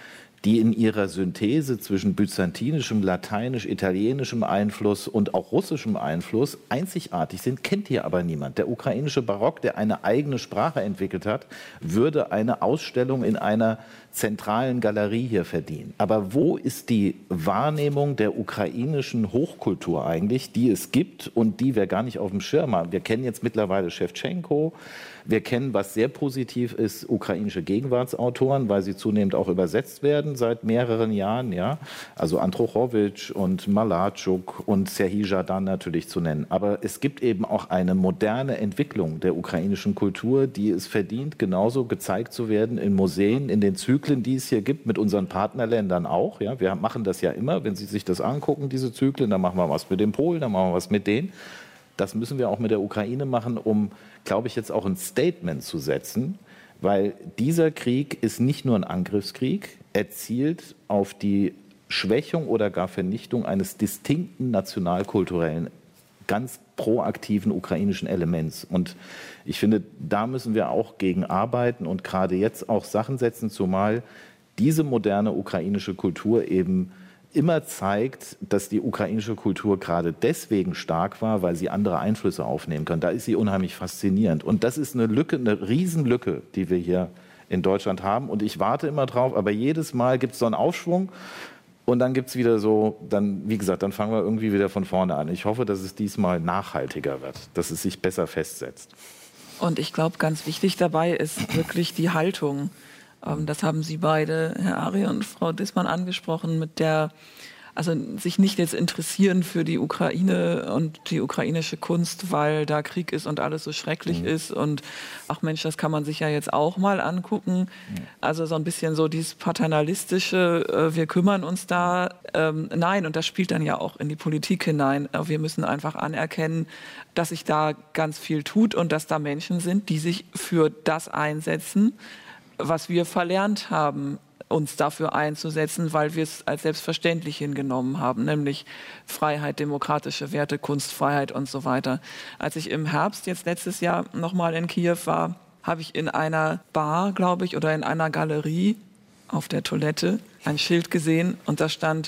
die in ihrer Synthese zwischen byzantinischem, lateinisch, italienischem Einfluss und auch russischem Einfluss einzigartig sind, kennt hier aber niemand. Der ukrainische Barock, der eine eigene Sprache entwickelt hat, würde eine Ausstellung in einer zentralen Galerie hier verdienen. Aber wo ist die Wahrnehmung der ukrainischen Hochkultur eigentlich, die es gibt und die wir gar nicht auf dem Schirm haben? Wir kennen jetzt mittlerweile Schewtschenko, wir kennen, was sehr positiv ist, ukrainische Gegenwartsautoren, weil sie zunehmend auch übersetzt werden seit mehreren Jahren. Ja? Also Androchowitsch und Malarczuk und Serhij Žadan natürlich zu nennen. Aber es gibt eben auch eine moderne Entwicklung der ukrainischen Kultur, die es verdient, genauso gezeigt zu werden in Museen, in den Zyklen, die es hier gibt, mit unseren Partnerländern auch. Ja? Wir machen das ja immer, wenn Sie sich das angucken, diese Zyklen, dann machen wir was mit den Polen, dann machen wir was mit denen. Das müssen wir auch mit der Ukraine machen, um, glaube ich, jetzt auch ein Statement zu setzen, weil dieser Krieg ist nicht nur ein Angriffskrieg, er zielt auf die Schwächung oder gar Vernichtung eines distinkten nationalkulturellen, ganz proaktiven ukrainischen Elements. Und ich finde, da müssen wir auch gegen arbeiten und gerade jetzt auch Sachen setzen, zumal diese moderne ukrainische Kultur eben immer zeigt, dass die ukrainische Kultur gerade deswegen stark war, weil sie andere Einflüsse aufnehmen kann. Da ist sie unheimlich faszinierend. Und das ist eine Lücke, eine Riesenlücke, die wir hier in Deutschland haben. Und ich warte immer drauf, aber jedes Mal gibt es so einen Aufschwung und dann gibt es wieder so, dann, wie gesagt, dann fangen wir irgendwie wieder von vorne an. Ich hoffe, dass es diesmal nachhaltiger wird, dass es sich besser festsetzt. Und ich glaube, ganz wichtig dabei ist wirklich die Haltung. Das haben Sie beide, Herr Ari und Frau Dissmann, angesprochen, mit der, also sich nicht jetzt interessieren für die Ukraine und die ukrainische Kunst, weil da Krieg ist und alles so schrecklich mhm. ist und ach Mensch, das kann man sich ja jetzt auch mal angucken. Mhm. Also so ein bisschen so dieses paternalistische, wir kümmern uns da. Ähm, nein, und das spielt dann ja auch in die Politik hinein. Wir müssen einfach anerkennen, dass sich da ganz viel tut und dass da Menschen sind, die sich für das einsetzen, was wir verlernt haben, uns dafür einzusetzen, weil wir es als selbstverständlich hingenommen haben, nämlich Freiheit, demokratische Werte, Kunstfreiheit und so weiter. Als ich im Herbst jetzt letztes Jahr nochmal in Kiew war, habe ich in einer Bar, glaube ich, oder in einer Galerie auf der Toilette ein Schild gesehen und da stand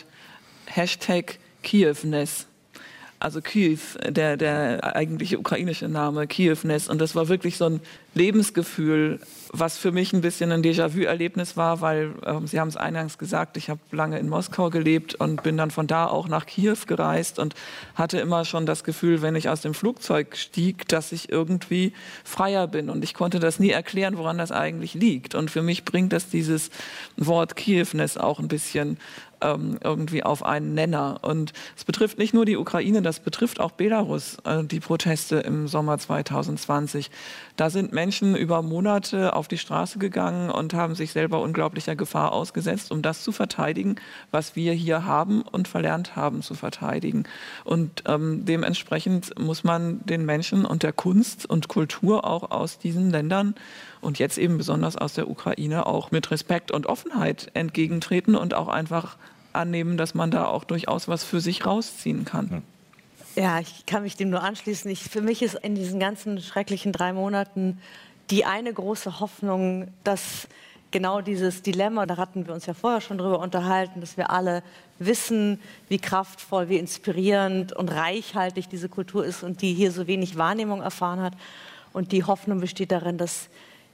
Hashtag Kiewnes. Also Kiew, der, der eigentliche ukrainische Name, Kiewnes. Und das war wirklich so ein Lebensgefühl, was für mich ein bisschen ein Déjà-vu-Erlebnis war, weil, äh, Sie haben es eingangs gesagt, ich habe lange in Moskau gelebt und bin dann von da auch nach Kiew gereist und hatte immer schon das Gefühl, wenn ich aus dem Flugzeug stieg, dass ich irgendwie freier bin. Und ich konnte das nie erklären, woran das eigentlich liegt. Und für mich bringt das dieses Wort Kiewnes auch ein bisschen ähm, irgendwie auf einen Nenner. Und es betrifft nicht nur die Ukraine, das betrifft auch Belarus, äh, die Proteste im Sommer zwanzig zwanzig. Da sind Menschen über Monate auf die Straße gegangen und haben sich selber unglaublicher Gefahr ausgesetzt, um das zu verteidigen, was wir hier haben und verlernt haben zu verteidigen. Und ähm, dementsprechend muss man den Menschen und der Kunst und Kultur auch aus diesen Ländern und jetzt eben besonders aus der Ukraine auch mit Respekt und Offenheit entgegentreten und auch einfach annehmen, dass man da auch durchaus was für sich rausziehen kann. Ja, ich kann mich dem nur anschließen. Ich, für mich ist in diesen ganzen schrecklichen drei Monaten die eine große Hoffnung, dass genau dieses Dilemma, da hatten wir uns ja vorher schon drüber unterhalten, dass wir alle wissen, wie kraftvoll, wie inspirierend und reichhaltig diese Kultur ist und die hier so wenig Wahrnehmung erfahren hat. Und die Hoffnung besteht darin, dass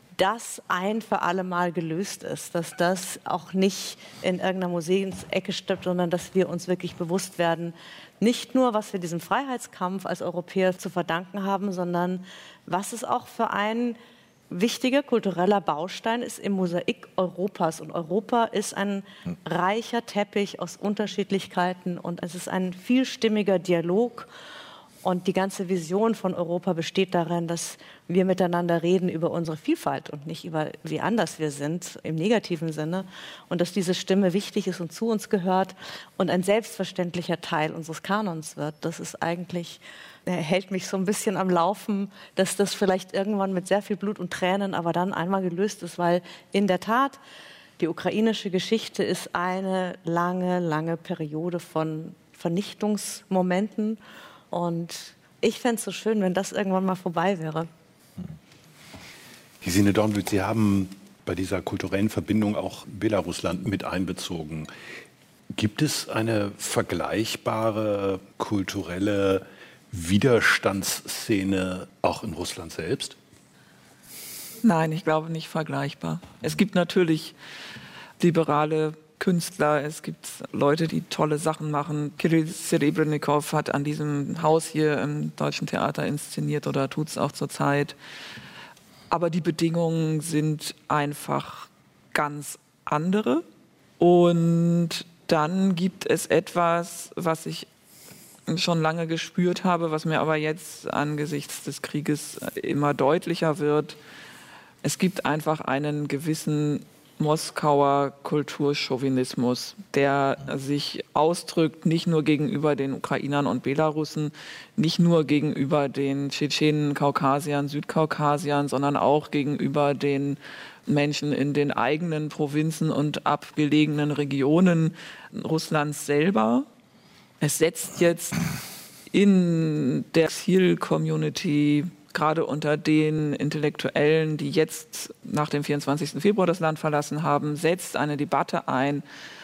das ein für alle Mal gelöst ist, dass das auch nicht in irgendeiner Museumsecke stirbt, sondern dass wir uns wirklich bewusst werden, nicht nur, was wir diesem Freiheitskampf als Europäer zu verdanken haben, sondern was es auch für ein wichtiger kultureller Baustein ist im Mosaik Europas. Und Europa ist ein reicher Teppich aus Unterschiedlichkeiten und es ist ein vielstimmiger Dialog. Und die ganze Vision von Europa besteht darin, dass wir miteinander reden über unsere Vielfalt und nicht über wie anders wir sind, im negativen Sinne. Und dass diese Stimme wichtig ist und zu uns gehört und ein selbstverständlicher Teil unseres Kanons wird. Das ist eigentlich, hält mich so ein bisschen am Laufen, dass das vielleicht irgendwann mit sehr viel Blut und Tränen, aber dann einmal gelöst ist, weil in der Tat die ukrainische Geschichte ist eine lange, lange Periode von Vernichtungsmomenten. Und ich fände es so schön, wenn das irgendwann mal vorbei wäre. Gesine Dornwüth, Sie haben bei dieser kulturellen Verbindung auch Belarusland mit einbezogen. Gibt es eine vergleichbare kulturelle Widerstandsszene auch in Russland selbst? Nein, ich glaube nicht vergleichbar. Es gibt natürlich liberale Künstler, es gibt Leute, die tolle Sachen machen. Kirill Serebrennikov hat an diesem Haus hier im Deutschen Theater inszeniert oder tut es auch zurzeit. Aber die Bedingungen sind einfach ganz andere. Und dann gibt es etwas, was ich schon lange gespürt habe, was mir aber jetzt angesichts des Krieges immer deutlicher wird. Es gibt einfach einen gewissen Moskauer Kulturchauvinismus, der sich ausdrückt, nicht nur gegenüber den Ukrainern und Belarussen, nicht nur gegenüber den Tschetschenen, Kaukasiern, Südkaukasiern, sondern auch gegenüber den Menschen in den eigenen Provinzen und abgelegenen Regionen Russlands selber. Es setzt jetzt in der Exil-Community, gerade unter den Intellektuellen, die jetzt nach dem vierundzwanzigsten Februar das Land verlassen haben, setzt eine Debatte ein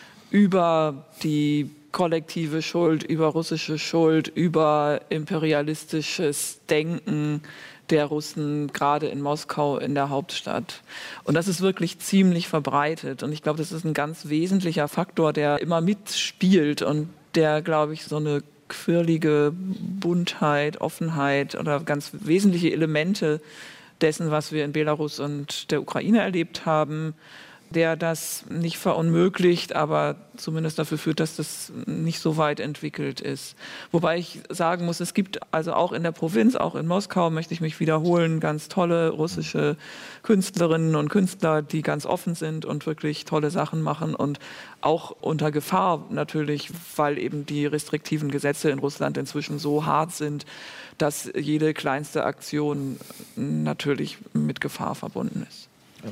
über die kollektive Schuld, über russische Schuld, über imperialistisches Denken der Russen, gerade in Moskau, in der Hauptstadt. Und das ist wirklich ziemlich verbreitet. Und ich glaube, das ist ein ganz wesentlicher Faktor, der immer mitspielt und der, glaube ich, so eine quirlige Buntheit, Offenheit oder ganz wesentliche Elemente dessen, was wir in Belarus und der Ukraine erlebt haben, der das nicht verunmöglicht, aber zumindest dafür führt, dass das nicht so weit entwickelt ist. Wobei ich sagen muss, es gibt also auch in der Provinz, auch in Moskau, möchte ich mich wiederholen, ganz tolle russische Künstlerinnen und Künstler, die ganz offen sind und wirklich tolle Sachen machen und auch unter Gefahr natürlich, weil eben die restriktiven Gesetze in Russland inzwischen so hart sind, dass jede kleinste Aktion natürlich mit Gefahr verbunden ist.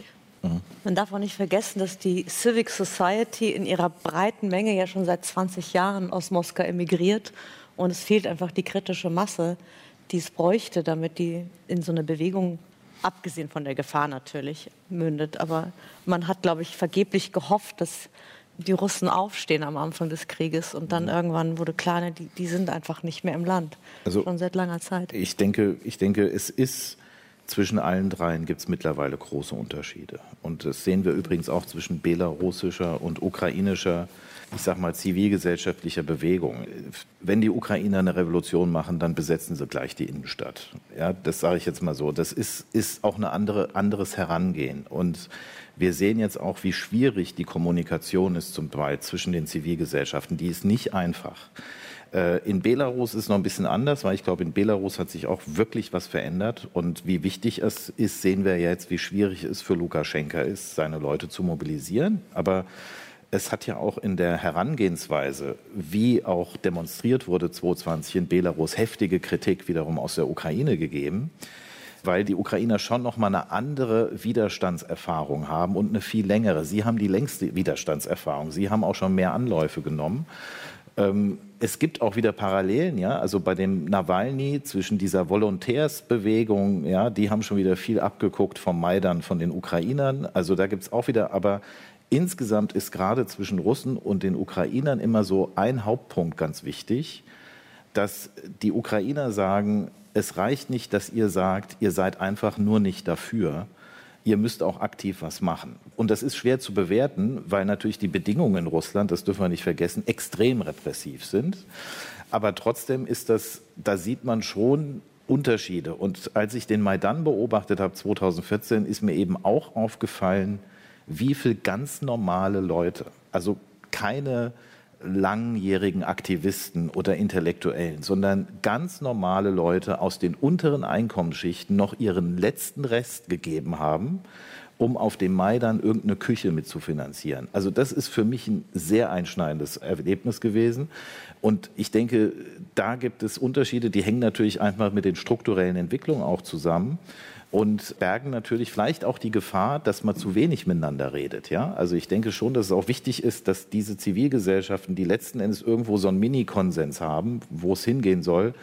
Man darf auch nicht vergessen, dass die Civic Society in ihrer breiten Menge ja schon seit zwanzig Jahren aus Moskau emigriert. Und es fehlt einfach die kritische Masse, die es bräuchte, damit die in so eine Bewegung, abgesehen von der Gefahr natürlich, mündet. Aber man hat, glaube ich, vergeblich gehofft, dass die Russen aufstehen am Anfang des Krieges. Und dann irgendwann wurde klar, die, die sind einfach nicht mehr im Land. Also, schon seit langer Zeit. Ich denke, ich denke, es ist... Zwischen allen dreien gibt es mittlerweile große Unterschiede. Und das sehen wir übrigens auch zwischen belarussischer und ukrainischer, ich sag mal, zivilgesellschaftlicher Bewegung. Wenn die Ukrainer eine Revolution machen, dann besetzen sie gleich die Innenstadt. Ja, das sage ich jetzt mal so. Das ist, ist auch ein andere, anderes Herangehen. Und wir sehen jetzt auch, wie schwierig die Kommunikation ist zum Teil zwischen den Zivilgesellschaften. Die ist nicht einfach. In Belarus ist es noch ein bisschen anders, weil ich glaube, in Belarus hat sich auch wirklich was verändert. Und wie wichtig es ist, sehen wir jetzt, wie schwierig es für Lukaschenka ist, seine Leute zu mobilisieren. Aber es hat ja auch in der Herangehensweise, wie auch demonstriert wurde zweitausendzwanzig in Belarus, heftige Kritik wiederum aus der Ukraine gegeben, weil die Ukrainer schon noch mal eine andere Widerstandserfahrung haben und eine viel längere. Sie haben die längste Widerstandserfahrung. Sie haben auch schon mehr Anläufe genommen. Es gibt auch wieder Parallelen, ja, also bei dem Nawalny zwischen dieser Volontärsbewegung, ja, die haben schon wieder viel abgeguckt vom Maidan, von den Ukrainern, also da gibt es auch wieder, aber insgesamt ist gerade zwischen Russen und den Ukrainern immer so ein Hauptpunkt ganz wichtig, dass die Ukrainer sagen, es reicht nicht, dass ihr sagt, ihr seid einfach nur nicht dafür. Ihr müsst auch aktiv was machen. Und das ist schwer zu bewerten, weil natürlich die Bedingungen in Russland, das dürfen wir nicht vergessen, extrem repressiv sind. Aber trotzdem ist das, da sieht man schon Unterschiede. Und als ich den Maidan beobachtet habe, zweitausendvierzehn, ist mir eben auch aufgefallen, wie viel ganz normale Leute, also keine langjährigen Aktivisten oder Intellektuellen, sondern ganz normale Leute aus den unteren Einkommensschichten noch ihren letzten Rest gegeben haben, um auf dem Maidan irgendeine Küche mitzufinanzieren. Also das ist für mich ein sehr einschneidendes Erlebnis gewesen. Und ich denke, da gibt es Unterschiede, die hängen natürlich einfach mit den strukturellen Entwicklungen auch zusammen. Und bergen natürlich vielleicht auch die Gefahr, dass man zu wenig miteinander redet. Ja? Also ich denke schon, dass es auch wichtig ist, dass diese Zivilgesellschaften, die letzten Endes irgendwo so einen Mini-Konsens haben, wo es hingehen soll,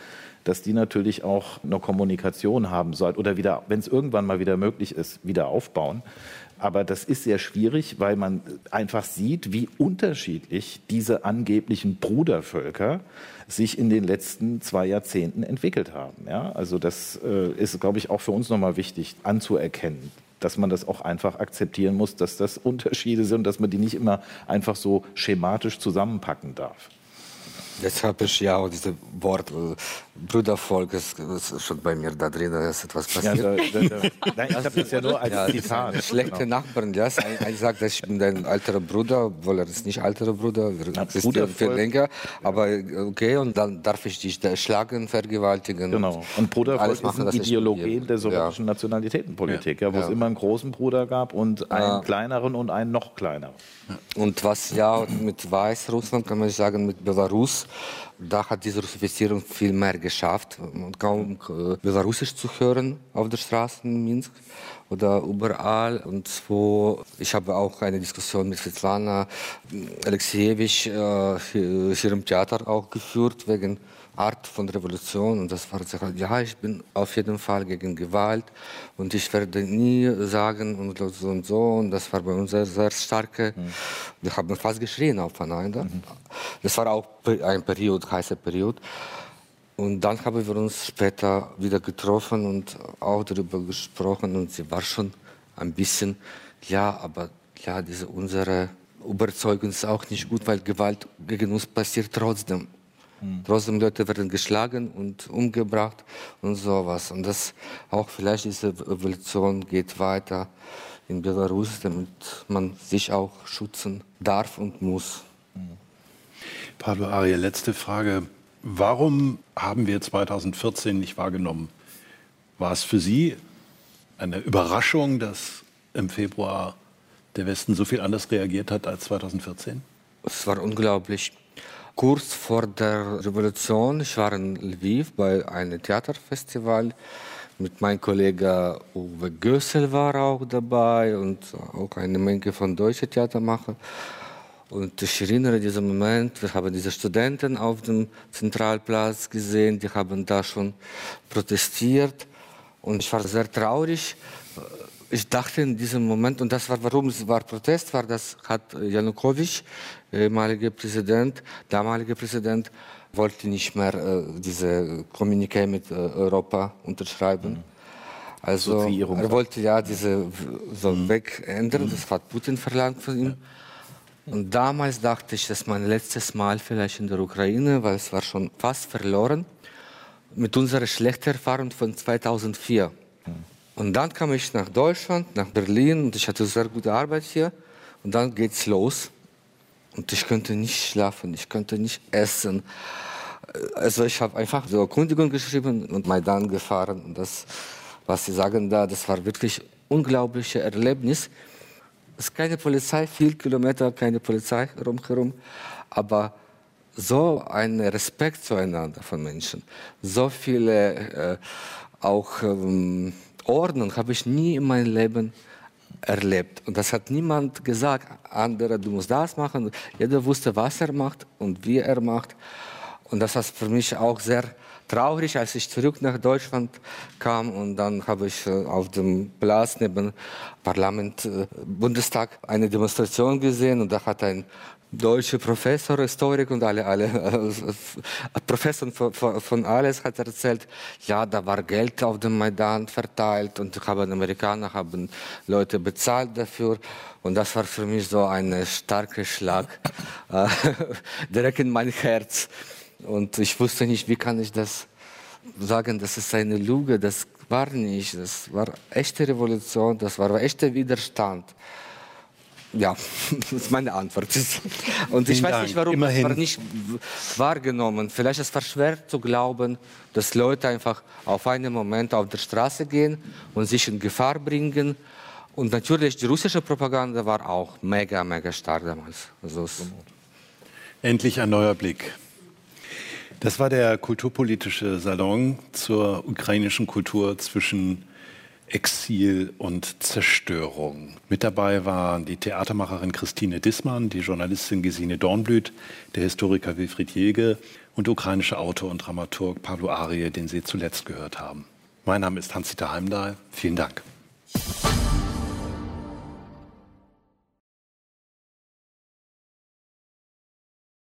dass die natürlich auch eine Kommunikation haben sollten oder wieder, wenn es irgendwann mal wieder möglich ist, wieder aufbauen. Aber das ist sehr schwierig, weil man einfach sieht, wie unterschiedlich diese angeblichen Brudervölker sich in den letzten zwei Jahrzehnten entwickelt haben. Ja, also das äh, ist, glaube ich, auch für uns nochmal wichtig anzuerkennen, dass man das auch einfach akzeptieren muss, dass das Unterschiede sind und dass man die nicht immer einfach so schematisch zusammenpacken darf. Deshalb ist ja auch dieses Wort äh, Brudervolk, ist, ist schon bei mir da drin, da ist etwas passiert. Ja, da, da, da, nein, ich habe das ja nur als ja, Zitat. Schlechte genau. Nachbarn, ja. Einer sagt, ich bin dein alterer Bruder, obwohl er ist nicht alterer Bruder, er ist viel, viel länger. Aber okay, und dann darf ich dich schlagen, vergewaltigen. Genau. Und Brudervolk machen, ist ein Ideologie der sowjetischen ja. Nationalitätenpolitik, ja. Ja, wo ja. es immer einen großen Bruder gab und einen ja. kleineren und einen noch kleineren. Und was ja mit Weißrussland, kann man sagen, mit Belarus, da hat diese Russifizierung viel mehr geschafft. Und kaum äh, Belarusisch zu hören auf der Straße in Minsk oder überall. Und so, ich habe auch eine Diskussion mit Svetlana Alexejewitsch äh, hier im Theater auch geführt, wegen Art von Revolution. Und das war ja, ich bin auf jeden Fall gegen Gewalt und ich werde nie sagen und so und so. Und das war bei uns sehr, sehr starke. Mhm. Wir haben fast geschrien aufeinander. Mhm. Das war auch eine Periode, heiße Periode. Und dann haben wir uns später wieder getroffen und auch darüber gesprochen. Und sie war schon ein bisschen, ja, aber ja, diese unsere Überzeugung ist auch nicht gut, weil Gewalt gegen uns passiert trotzdem. Trotzdem Leute werden geschlagen und umgebracht und sowas. Und das auch vielleicht diese Evolution geht weiter in Belarus, damit man sich auch schützen darf und muss. Pablo Ariel, letzte Frage. Warum haben wir zweitausendvierzehn nicht wahrgenommen? War es für Sie eine Überraschung, dass im Februar der Westen so viel anders reagiert hat als zweitausendvierzehn? Es war unglaublich. Kurz vor der Revolution, ich war in Lviv bei einem Theaterfestival mit meinem Kollegen Uwe Gössel war auch dabei und auch eine Menge von deutschen Theatermachern. Und ich erinnere diesen Moment, wir haben diese Studenten auf dem Zentralplatz gesehen, die haben da schon protestiert und ich war sehr traurig. Ich dachte in diesem Moment, und das war, warum es war Protest, war, das hat Janukowitsch, ehemaliger Präsident, damaliger Präsident, wollte nicht mehr äh, diese Kommuniqué mit äh, Europa unterschreiben. Mhm. Also er wollte ja diese so mhm. Weg ändern, das hat Putin verlangt von ihm. Ja. Und damals dachte ich, das ist mein letztes Mal vielleicht in der Ukraine, weil es war schon fast verloren, mit unserer schlechten Erfahrung von zweitausendvier. Mhm. Und dann kam ich nach Deutschland, nach Berlin und ich hatte sehr gute Arbeit hier. Und dann geht's los. Und ich konnte nicht schlafen, ich konnte nicht essen. Also ich habe einfach so Erkundigung geschrieben und Maidan gefahren. Und das, was Sie sagen da, das war wirklich ein unglaubliches Erlebnis. Es ist keine Polizei, viele Kilometer, keine Polizei rumherum. Aber so ein Respekt zueinander von Menschen, so viele äh, auch ähm, Ordnung habe ich nie in meinem Leben erlebt. Und das hat niemand gesagt, andere, du musst das machen. Jeder wusste, was er macht und wie er macht. Und das war für mich auch sehr traurig, als ich zurück nach Deutschland kam. Und dann habe ich auf dem Platz neben Parlament, äh, Bundestag, eine Demonstration gesehen. Und da hat ein deutscher Professor, Historiker und alle, alle äh, Professor von, von alles hat erzählt, ja, da war Geld auf dem Maidan verteilt und haben Amerikaner haben Leute bezahlt dafür. Und das war für mich so ein starker Schlag äh, direkt in mein Herz. Und ich wusste nicht, wie kann ich das sagen, das ist eine Lüge, das war nicht, das war echte Revolution, das war echter Widerstand. Ja, das ist meine Antwort. Und ich Vielen weiß Dank. nicht, warum Immerhin. das war nicht wahrgenommen. Vielleicht ist es schwer zu glauben, dass Leute einfach auf einen Moment auf der Straße gehen und sich in Gefahr bringen. Und natürlich, die russische Propaganda war auch mega, mega stark damals. Also Endlich ein neuer Blick. Das war der kulturpolitische Salon zur ukrainischen Kultur zwischen Exil und Zerstörung. Mit dabei waren die Theatermacherin Christine Dissmann, die Journalistin Gesine Dornblüt, der Historiker Wilfried Jege und der ukrainische Autor und Dramaturg Pawlo Arie, den Sie zuletzt gehört haben. Mein Name ist Hans-Dieter Heimdahl. Vielen Dank.